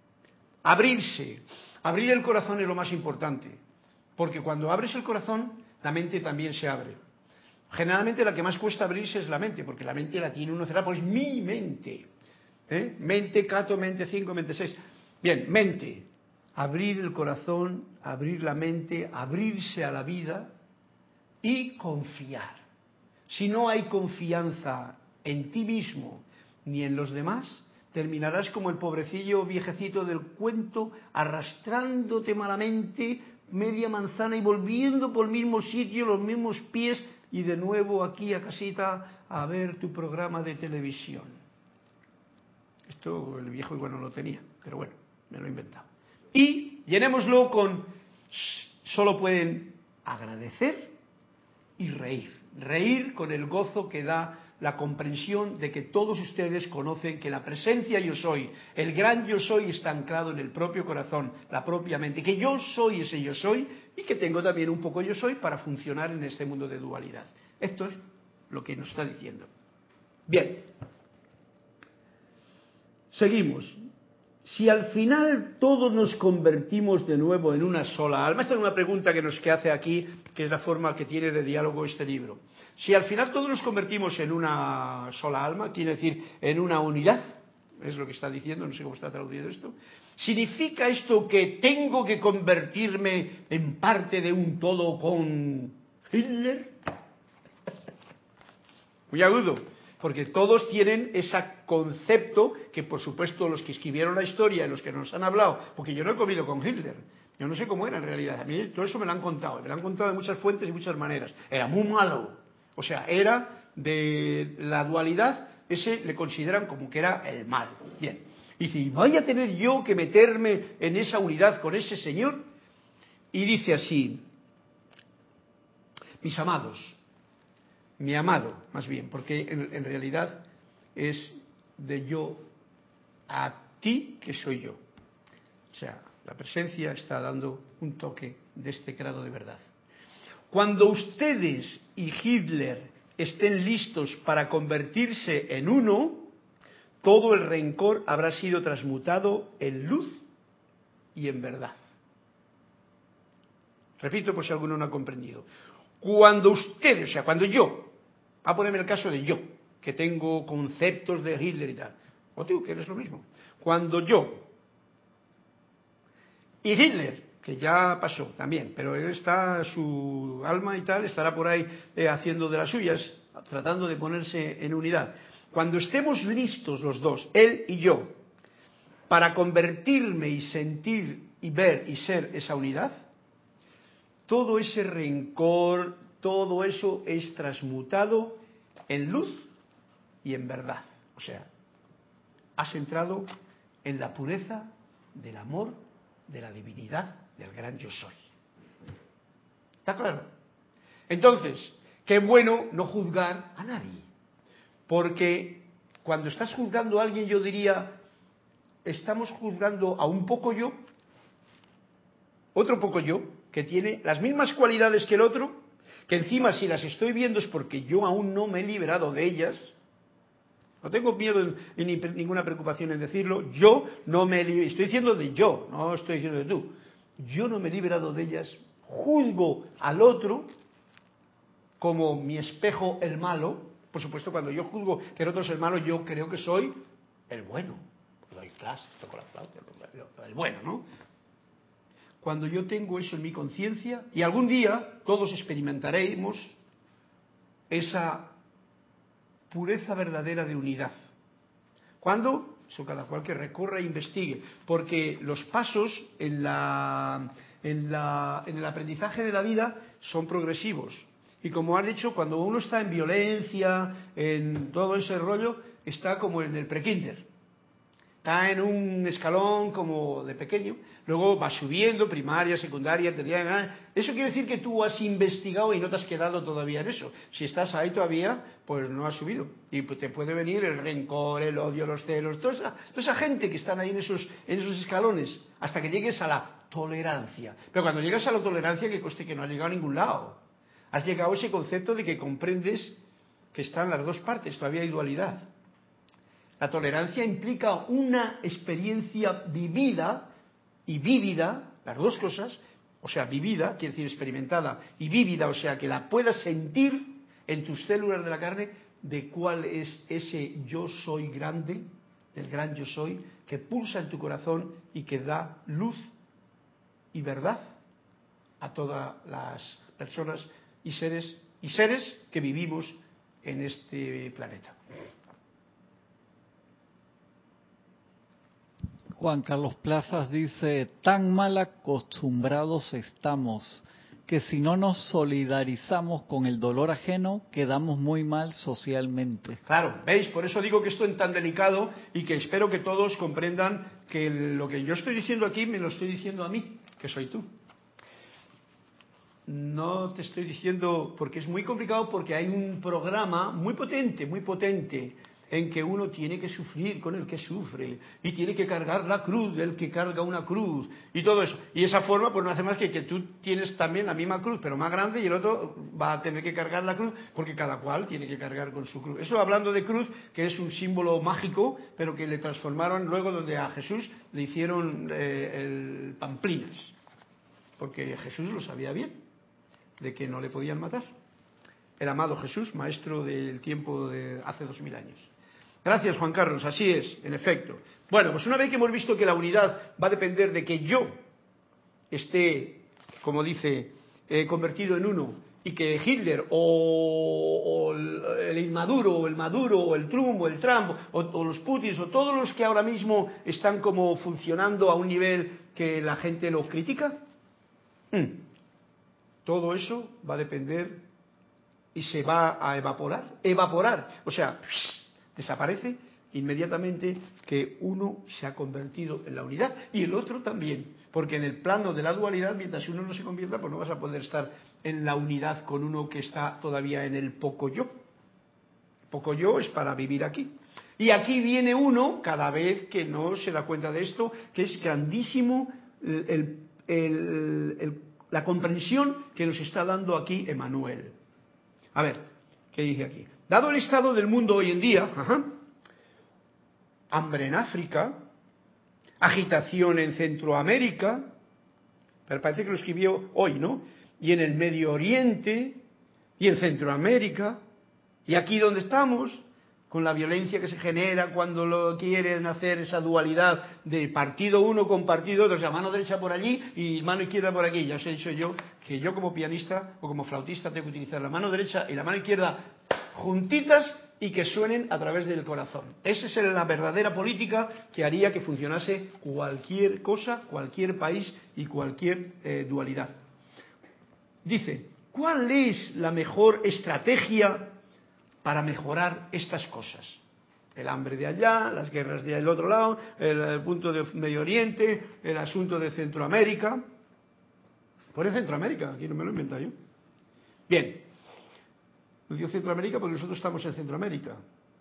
Abrir el corazón es lo más importante, porque cuando abres el corazón, la mente también se abre. Generalmente la que más cuesta abrirse es la mente, porque la mente la tiene uno cerrada, pues mi mente. Mente 4, mente 5, mente 6. Bien, mente. Abrir el corazón, abrir la mente, abrirse a la vida y confiar. Si no hay confianza en ti mismo ni en los demás, terminarás como el pobrecillo viejecito del cuento, arrastrándote malamente media manzana y volviendo por el mismo sitio, los mismos pies, y de nuevo aquí a casita a ver tu programa de televisión. Esto el viejo igual no lo tenía, pero bueno, me lo he inventado. Y llenémoslo con, solo pueden agradecer y reír con el gozo que da la comprensión de que todos ustedes conocen que la presencia yo soy, el gran yo soy está anclado en el propio corazón, la propia mente, que yo soy ese yo soy y que tengo también un poco yo soy para funcionar en este mundo de dualidad. Esto es lo que nos está diciendo. Bien, seguimos. Si al final todos nos convertimos de nuevo en una sola alma, esta es una pregunta que hace aquí, que es la forma que tiene de diálogo este libro. Si al final todos nos convertimos en una sola alma, quiere decir en una unidad, es lo que está diciendo, no sé cómo está traducido esto. ¿Significa esto que tengo que convertirme en parte de un todo con Hitler? Muy agudo, porque todos tienen ese concepto que, por supuesto, los que escribieron la historia y los que nos han hablado, porque yo no he comido con Hitler, yo no sé cómo era en realidad, a mí todo eso me lo han contado de muchas fuentes y muchas maneras. Era muy malo, o sea, era de la dualidad, ese le consideran como que era el mal. Bien, y si voy a tener yo que meterme en esa unidad con ese señor, y dice así, mis amados, mi amado, más bien, porque en realidad es de yo a ti que soy yo. O sea, la presencia está dando un toque de este grado de verdad. Cuando ustedes y Hitler estén listos para convertirse en uno, todo el rencor habrá sido transmutado en luz y en verdad. Repito por si alguno no ha comprendido. Cuando ustedes, o sea, cuando yo, a ponerme el caso de yo, que tengo conceptos de Hitler y tal, o tú, que eres lo mismo, cuando yo y Hitler, que ya pasó también, pero él está, su alma y tal, estará por ahí haciendo de las suyas, tratando de ponerse en unidad. Cuando estemos listos los dos, él y yo, para convertirme y sentir y ver y ser esa unidad, todo ese rencor, todo eso es transmutado en luz y en verdad. O sea, has entrado en la pureza del amor, de la divinidad, del gran yo soy. ¿Está claro? Entonces, qué bueno no juzgar a nadie. Porque cuando estás juzgando a alguien, yo diría, estamos juzgando a un poco yo, otro poco yo, que tiene las mismas cualidades que el otro, que encima si las estoy viendo es porque yo aún no me he liberado de ellas. No tengo miedo ni ninguna preocupación en decirlo. Yo no me he liberado, estoy diciendo de yo, no estoy diciendo de tú. Yo no me he liberado de ellas, juzgo al otro como mi espejo el malo. Por supuesto, cuando yo juzgo que el otro es el malo, yo creo que soy el bueno. Doy clases, toco la flauta, el bueno, ¿no? Cuando yo tengo eso en mi conciencia, y algún día todos experimentaremos esa pureza verdadera de unidad. ¿Cuándo? Eso cada cual que recorra e investigue, porque los pasos en el aprendizaje de la vida son progresivos. Y como has dicho, cuando uno está en violencia, en todo ese rollo, está como en el prekinder. Está en un escalón como de pequeño, luego va subiendo, primaria, secundaria, terciaria. Eso quiere decir que tú has investigado y no te has quedado todavía en eso. Si estás ahí todavía, pues no has subido. Y te puede venir el rencor, el odio, los celos, toda esa gente que están ahí en esos escalones, hasta que llegues a la tolerancia. Pero cuando llegas a la tolerancia, que conste que no has llegado a ningún lado. Has llegado a ese concepto de que comprendes que están las dos partes, todavía hay dualidad. La tolerancia implica una experiencia vivida y vívida, las dos cosas, o sea, vivida, quiere decir experimentada, y vívida, o sea, que la puedas sentir en tus células de la carne, de cuál es ese yo soy grande, el gran yo soy, que pulsa en tu corazón y que da luz y verdad a todas las personas y seres que vivimos en este planeta. Juan Carlos Plazas dice, tan mal acostumbrados estamos que si no nos solidarizamos con el dolor ajeno, quedamos muy mal socialmente. Claro, ¿veis? Por eso digo que esto es tan delicado y que espero que todos comprendan que lo que yo estoy diciendo aquí me lo estoy diciendo a mí, que soy tú. No te estoy diciendo, porque es muy complicado, porque hay un programa muy potente, en que uno tiene que sufrir con el que sufre, y tiene que cargar la cruz del que carga una cruz, y todo eso. Y esa forma, pues no hace más que tú tienes también la misma cruz, pero más grande, y el otro va a tener que cargar la cruz, porque cada cual tiene que cargar con su cruz. Eso hablando de cruz, que es un símbolo mágico, pero que le transformaron luego donde a Jesús le hicieron el pamplinas, porque Jesús lo sabía bien, de que no le podían matar. El amado Jesús, maestro del tiempo de hace 2000 años. Gracias, Juan Carlos, así es, en efecto. Bueno, pues una vez que hemos visto que la unidad va a depender de que yo esté, como dice, convertido en uno, y que Hitler o el inmaduro o el Maduro o el Trump o el Trump o los Putins o todos los que ahora mismo están como funcionando a un nivel que la gente lo critica, todo eso va a depender y se va a evaporar, o sea, desaparece inmediatamente que uno se ha convertido en la unidad y el otro también, porque en el plano de la dualidad, mientras uno no se convierta, pues no vas a poder estar en la unidad con uno que está todavía en el poco yo. Poco yo es para vivir aquí. Y aquí viene uno, cada vez que no se da cuenta de esto, que es grandísimo la comprensión que nos está dando aquí Emmanuel. A ver, ¿qué dice aquí? Dado el estado del mundo hoy en día, hambre en África, agitación en Centroamérica, pero parece que lo escribió hoy, ¿no? Y en el Medio Oriente, y en Centroamérica, y aquí donde estamos, con la violencia que se genera cuando lo quieren hacer esa dualidad de partido uno con partido otro, o sea, mano derecha por allí y mano izquierda por aquí. Ya os he dicho yo que yo como pianista o como flautista tengo que utilizar la mano derecha y la mano izquierda juntitas y que suenen a través del corazón. Esa es la verdadera política que haría que funcionase cualquier cosa, cualquier país y cualquier dualidad. Dice, ¿cuál es la mejor estrategia para mejorar estas cosas? El hambre de allá, las guerras del otro lado, el punto de Medio Oriente, el asunto de Centroamérica. Pone Centroamérica, aquí no me lo he inventado yo. Bien, no digo Centroamérica porque nosotros estamos en Centroamérica.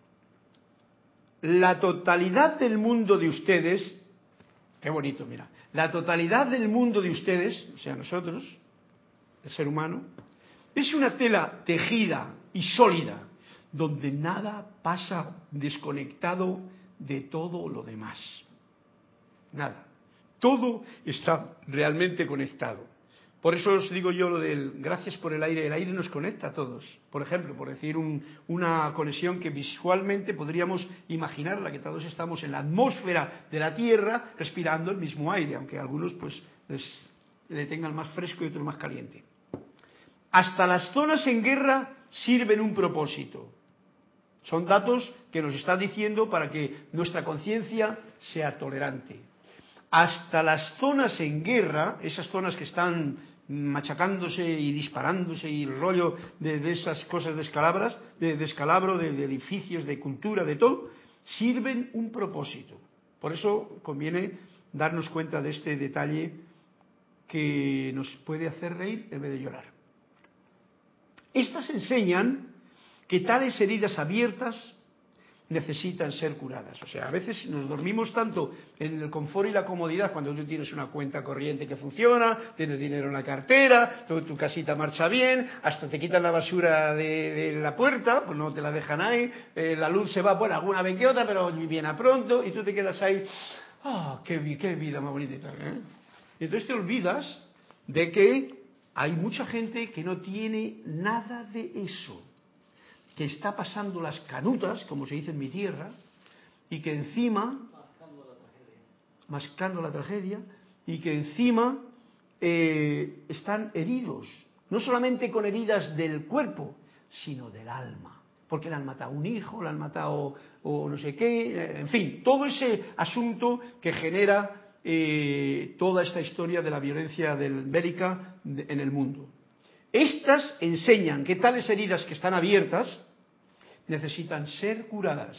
La totalidad del mundo de ustedes, qué bonito, mira, la totalidad del mundo de ustedes, o sea, nosotros, el ser humano, es una tela tejida y sólida, donde nada pasa desconectado de todo lo demás. Nada. Todo está realmente conectado. Por eso os digo yo lo del gracias por el aire nos conecta a todos. Por ejemplo, por decir una conexión que visualmente podríamos imaginarla, que todos estamos en la atmósfera de la Tierra respirando el mismo aire, aunque algunos pues le tengan más fresco y otros más caliente. Hasta las zonas en guerra sirven un propósito. Son datos que nos está diciendo para que nuestra conciencia sea tolerante. Hasta las zonas en guerra, esas zonas que están machacándose y disparándose y el rollo de esas cosas de descalabro, de edificios, de cultura, de todo, sirven un propósito. Por eso conviene darnos cuenta de este detalle que nos puede hacer reír en vez de llorar. Estas enseñan que tales heridas abiertas necesitan ser curadas. O sea, a veces nos dormimos tanto en el confort y la comodidad cuando tú tienes una cuenta corriente que funciona, tienes dinero en la cartera, tu casita marcha bien, hasta te quitan la basura de la puerta, pues no te la dejan ahí, la luz se va, bueno, alguna vez que otra, pero viene a pronto, y tú te quedas ahí, qué vida más bonita, ¿eh? Y entonces te olvidas de que hay mucha gente que no tiene nada de eso, que está pasando las canutas, como se dice en mi tierra, y que encima, mascando la tragedia, y que encima están heridos, no solamente con heridas del cuerpo, sino del alma, porque le han matado un hijo, le han matado o no sé qué, en fin, todo ese asunto que genera toda esta historia de la violencia bélica en el mundo. Estas enseñan que tales heridas que están abiertas necesitan ser curadas.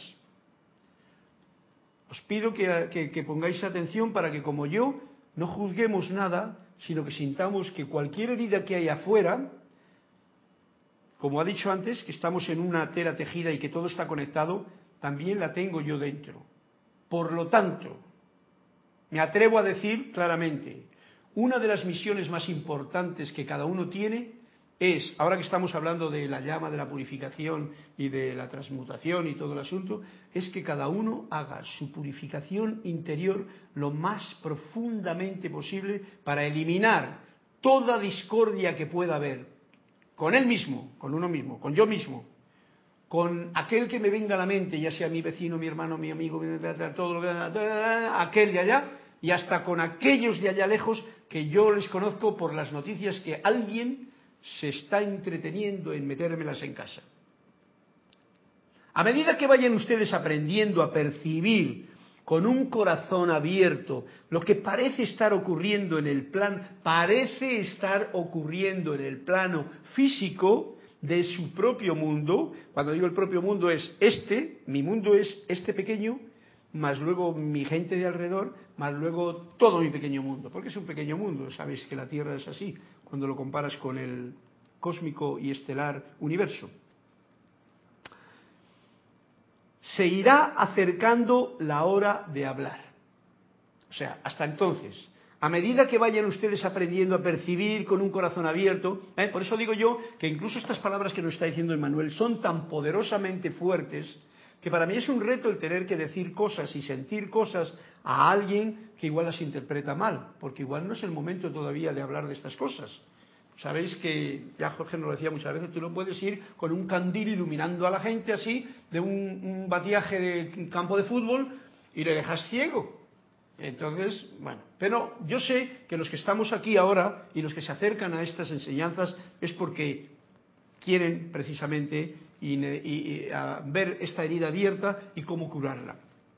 Os pido que pongáis atención para que, como yo, no juzguemos nada, sino que sintamos que cualquier herida que hay afuera, como ha dicho antes, que estamos en una tela tejida y que todo está conectado, también la tengo yo dentro. Por lo tanto, me atrevo a decir claramente, una de las misiones más importantes que cada uno tiene es, ahora que estamos hablando de la llama de la purificación y de la transmutación y todo el asunto, es que cada uno haga su purificación interior lo más profundamente posible para eliminar toda discordia que pueda haber con él mismo, con uno mismo, con yo mismo, con aquel que me venga a la mente, ya sea mi vecino, mi hermano, mi amigo, todo lo que, aquel de allá, y hasta con aquellos de allá lejos que yo les conozco por las noticias que alguien se está entreteniendo en metérmelas en casa. A medida que vayan ustedes aprendiendo a percibir con un corazón abierto lo que parece estar ocurriendo en el plano físico de su propio mundo, cuando digo el propio mundo es mi mundo es este pequeño, más luego mi gente de alrededor, más luego todo mi pequeño mundo, porque es un pequeño mundo, sabéis que la Tierra es así, cuando lo comparas con el cósmico y estelar universo. Se irá acercando la hora de hablar. O sea, hasta entonces, a medida que vayan ustedes aprendiendo a percibir con un corazón abierto, por eso digo yo que incluso estas palabras que nos está diciendo Emmanuel son tan poderosamente fuertes que para mí es un reto el tener que decir cosas y sentir cosas a alguien que igual las interpreta mal, porque igual no es el momento todavía de hablar de estas cosas. Sabéis que, ya Jorge nos lo decía muchas veces, tú no puedes ir con un candil iluminando a la gente así, de un batiaje de campo de fútbol, y le dejas ciego. Entonces, bueno, pero yo sé que los que estamos aquí ahora y los que se acercan a estas enseñanzas es porque quieren precisamente a ver esta herida abierta y cómo curarla.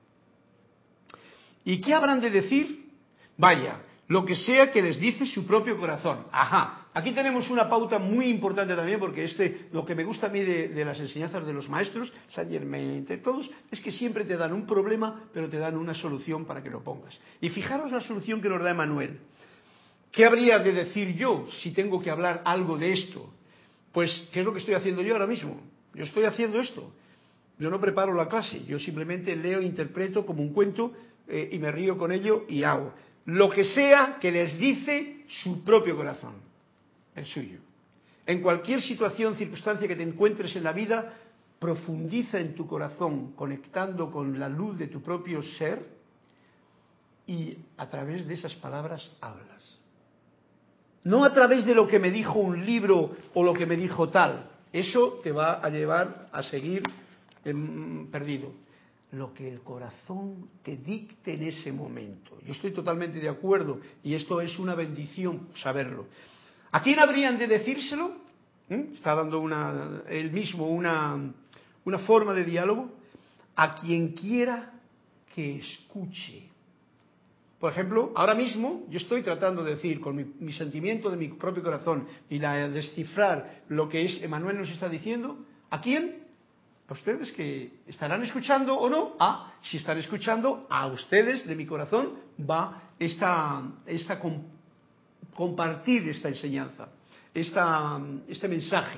¿Y qué habrán de decir? Vaya, lo que sea que les dice su propio corazón. Ajá. Aquí tenemos una pauta muy importante también, porque lo que me gusta a mí de las enseñanzas de los maestros, Saint Germain, de todos, es que siempre te dan un problema, pero te dan una solución para que lo pongas. Y fijaros la solución que nos da Emmanuel. ¿Qué habría de decir yo si tengo que hablar algo de esto? Pues, ¿qué es lo que estoy haciendo yo ahora mismo? Yo estoy haciendo esto. Yo no preparo la clase, yo simplemente leo, interpreto como un cuento y me río con ello y hago. Lo que sea que les dice su propio corazón, el suyo. En cualquier situación, circunstancia que te encuentres en la vida, profundiza en tu corazón, conectando con la luz de tu propio ser y a través de esas palabras hablas. No a través de lo que me dijo un libro o lo que me dijo tal. Eso te va a llevar a seguir perdido. Lo que el corazón te dicte en ese momento. Yo estoy totalmente de acuerdo y esto es una bendición saberlo. ¿A quién habrían de decírselo? Está dando él mismo una forma de diálogo. A quien quiera que escuche. Por ejemplo, ahora mismo yo estoy tratando de decir con mi sentimiento de mi propio corazón y descifrar lo que Emmanuel nos está diciendo. ¿A quién? A ustedes que estarán escuchando o no. Si están escuchando, a ustedes de mi corazón va compartir esta enseñanza, este mensaje.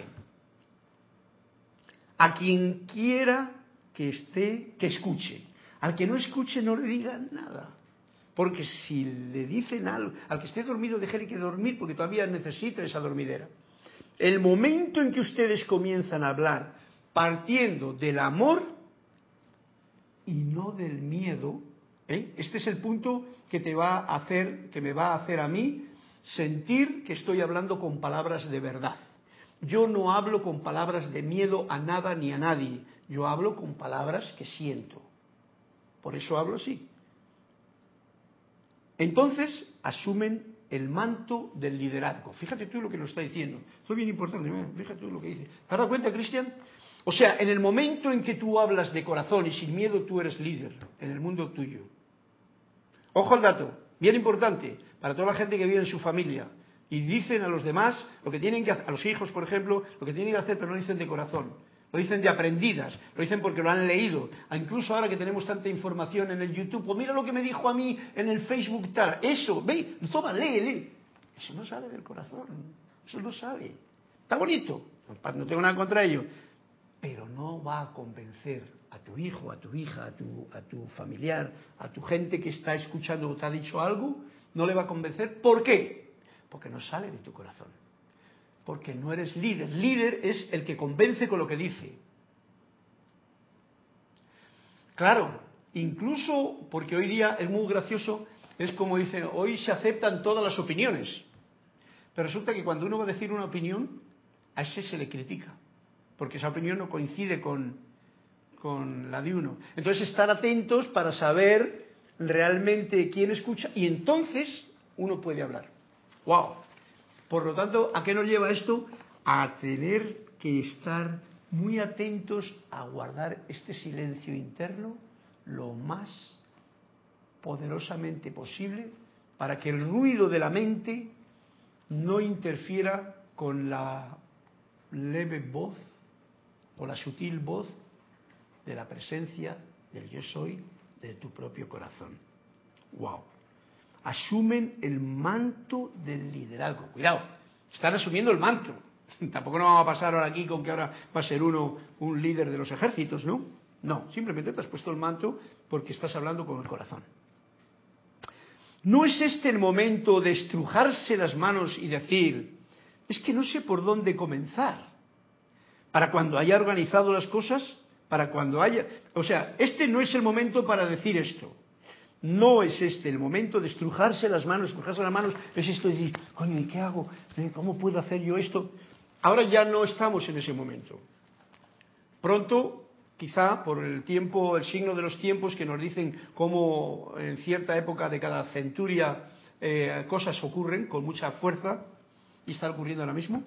A quien quiera que escuche. Al que no escuche no le digan nada. Porque si le dicen algo, al que esté dormido, déjele que dormir porque todavía necesita esa dormidera. El momento en que ustedes comienzan a hablar partiendo del amor y no del miedo, este es el punto que me va a hacer a mí sentir que estoy hablando con palabras de verdad. Yo no hablo con palabras de miedo a nada ni a nadie. Yo hablo con palabras que siento. Por eso hablo así. Entonces asumen el manto del liderazgo. Fíjate tú lo que nos está diciendo. Esto es bien importante. Fíjate tú lo que dice. ¿Te has dado cuenta, Cristian? O sea, en el momento en que tú hablas de corazón y sin miedo, tú eres líder en el mundo tuyo. Ojo al dato, bien importante, para toda la gente que vive en su familia. Y dicen a los demás lo que tienen que hacer, a los hijos, por ejemplo, lo que tienen que hacer, pero no dicen de corazón. Lo dicen de aprendidas, lo dicen porque lo han leído. Incluso ahora que tenemos tanta información en el YouTube, pues mira lo que me dijo a mí en el Facebook tal. Eso, ve, toma, lee. Eso no sale del corazón, eso no sale. Está bonito, no tengo nada contra ello. Pero no va a convencer a tu hijo, a tu hija, a tu familiar, a tu gente que está escuchando o te ha dicho algo, no le va a convencer. ¿Por qué? Porque no sale de tu corazón. Porque no eres líder. Líder es el que convence con lo que dice. Claro, incluso porque hoy día es muy gracioso, es como dicen, hoy se aceptan todas las opiniones. Pero resulta que cuando uno va a decir una opinión, a ese se le critica. porque esa opinión no coincide con la de uno. Entonces estar atentos para saber realmente quién escucha y entonces uno puede hablar. ¡Wow! Por lo tanto, ¿a qué nos lleva esto? A tener que estar muy atentos a guardar este silencio interno lo más poderosamente posible para que el ruido de la mente no interfiera con la leve voz o la sutil voz de la presencia del yo soy de tu propio corazón. ¡Wow! Asumen el manto del liderazgo. Cuidado, están asumiendo el manto. Tampoco nos vamos a pasar ahora aquí con que ahora va a ser uno un líder de los ejércitos, ¿no? No, simplemente te has puesto el manto porque estás hablando con el corazón. ¿No es este el momento de estrujarse las manos y decir, es que no sé por dónde comenzar? Para cuando haya organizado las cosas, para cuando haya... O sea, este no es el momento para decir esto. No es este el momento de estrujarse las manos, es esto de decir, coño, ¿y qué hago? ¿Cómo puedo hacer yo esto? Ahora ya no estamos en ese momento. Pronto, quizá por el tiempo, el signo de los tiempos que nos dicen cómo en cierta época de cada centuria cosas ocurren con mucha fuerza, y está ocurriendo ahora mismo.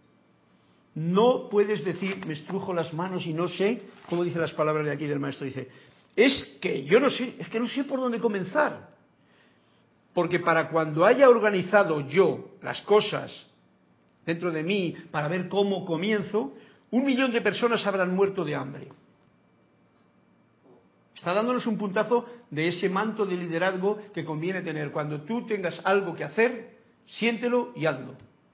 No puedes decir, me estrujo las manos y no sé, como dicen las palabras de aquí del maestro, dice, es que yo no sé, es que no sé por dónde comenzar. Porque para cuando haya organizado yo las cosas dentro de mí, para ver cómo comienzo, 1 millón de personas habrán muerto de hambre. Está dándonos un puntazo de ese manto de liderazgo que conviene tener. Cuando tú tengas algo que hacer, siéntelo y hazlo.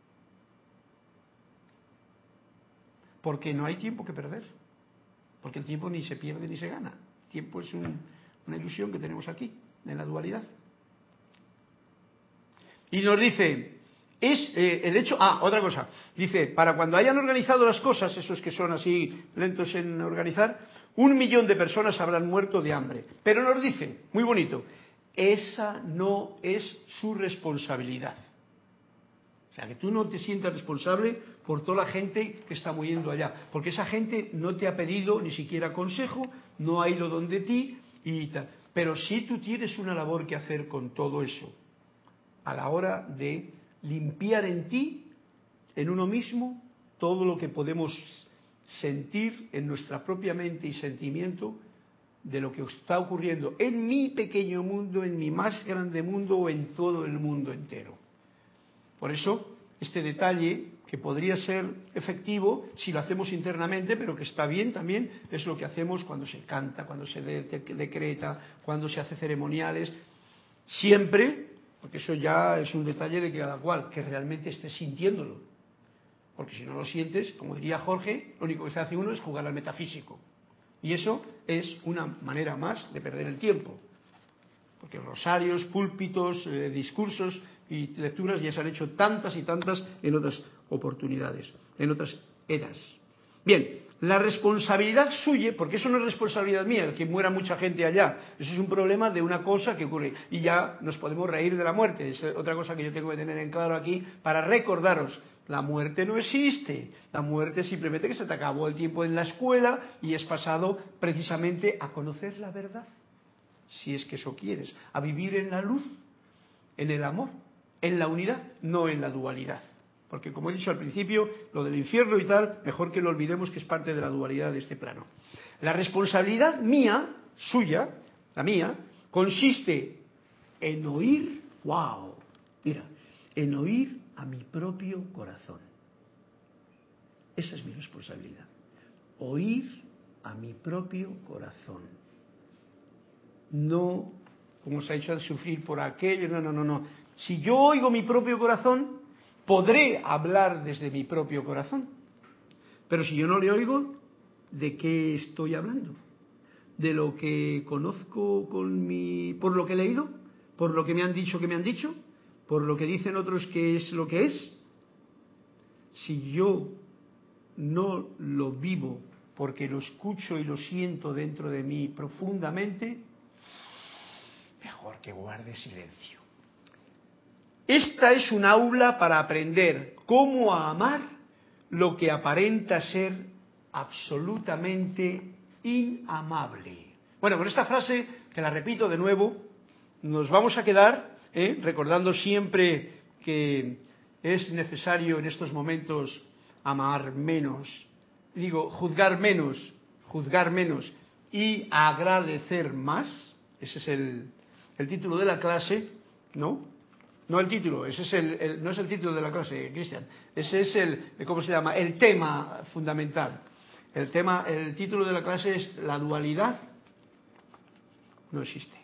Porque no hay tiempo que perder. Porque el tiempo ni se pierde ni se gana. El tiempo es una ilusión que tenemos aquí, en la dualidad. Y nos dice, es el hecho... otra cosa. Dice, para cuando hayan organizado las cosas, esos que son así lentos en organizar, 1 millón de personas habrán muerto de hambre. Pero nos dice, muy bonito, esa no es su responsabilidad. O sea, que tú no te sientas responsable por toda la gente que está muriendo allá, porque esa gente no te ha pedido ni siquiera consejo, no ha ido donde ti y tal. Pero sí tú tienes una labor que hacer con todo eso, a la hora de limpiar en ti, en uno mismo, todo lo que podemos sentir en nuestra propia mente y sentimiento de lo que está ocurriendo en mi pequeño mundo, en mi más grande mundo o en todo el mundo entero. Por eso, este detalle, que podría ser efectivo si lo hacemos internamente, pero que está bien también, es lo que hacemos cuando se canta, cuando se decreta, cuando se hace ceremoniales, siempre, porque eso ya es un detalle de cada cual, que realmente estés sintiéndolo. Porque si no lo sientes, como diría Jorge, lo único que se hace uno es jugar al metafísico. Y eso es una manera más de perder el tiempo. Porque rosarios, púlpitos, discursos y lecturas ya se han hecho tantas y tantas en otras oportunidades, en otras eras. Bien, la responsabilidad suya, porque eso no es responsabilidad mía, el que muera mucha gente allá, eso es un problema de una cosa que ocurre. Y ya nos podemos reír de la muerte, es otra cosa que yo tengo que tener en claro aquí para recordaros. La muerte no existe, la muerte es simplemente que se te acabó el tiempo en la escuela y has pasado precisamente a conocer la verdad. Si es que eso quieres, a vivir en la luz, en el amor, en la unidad, no en la dualidad. Porque como he dicho al principio, lo del infierno y tal, mejor que lo olvidemos, que es parte de la dualidad de este plano. La responsabilidad mía, suya, la mía, consiste en oír, wow, mira, en oír a mi propio corazón. Esa es mi responsabilidad. Oír a mi propio corazón. No, como se ha hecho, sufrir por aquello, no. Si yo oigo mi propio corazón, podré hablar desde mi propio corazón. Pero si yo no le oigo, ¿de qué estoy hablando? ¿De lo que conozco por lo que he leído? ¿Por lo que me han dicho que me han dicho? ¿Por lo que dicen otros que es lo que es? Si yo no lo vivo porque lo escucho y lo siento dentro de mí profundamente, mejor que guarde silencio. Esta es un aula para aprender cómo amar lo que aparenta ser absolutamente inamable. Bueno, con esta frase, que la repito de nuevo, nos vamos a quedar recordando siempre que es necesario en estos momentos amar menos, juzgar menos y agradecer más. Ese es el título de la clase, ¿no? No el título, ese es no es el título de la clase, Cristian. Ese es ¿cómo se llama? El tema fundamental. El título de la clase es la dualidad no existe.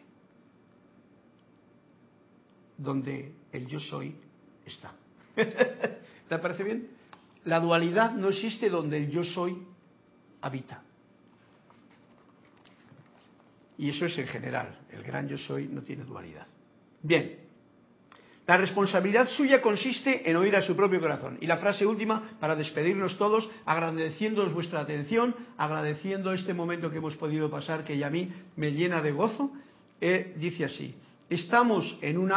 Donde el yo soy está. ¿Te parece bien? La dualidad no existe donde el yo soy habita. Y eso es en general. El gran yo soy no tiene dualidad. Bien. La responsabilidad suya consiste en oír a su propio corazón. Y la frase última, para despedirnos todos, agradeciéndoos vuestra atención, agradeciendo este momento que hemos podido pasar, que ya a mí me llena de gozo, dice así: estoy en un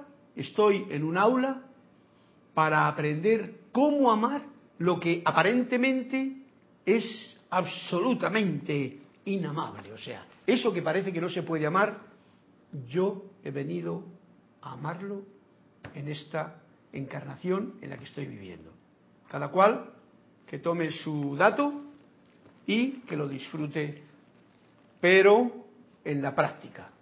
aula para aprender cómo amar lo que aparentemente es absolutamente inamable. O sea, eso que parece que no se puede amar, yo he venido a amarlo en esta encarnación en la que estoy viviendo. Cada cual que tome su dato y que lo disfrute, pero en la práctica.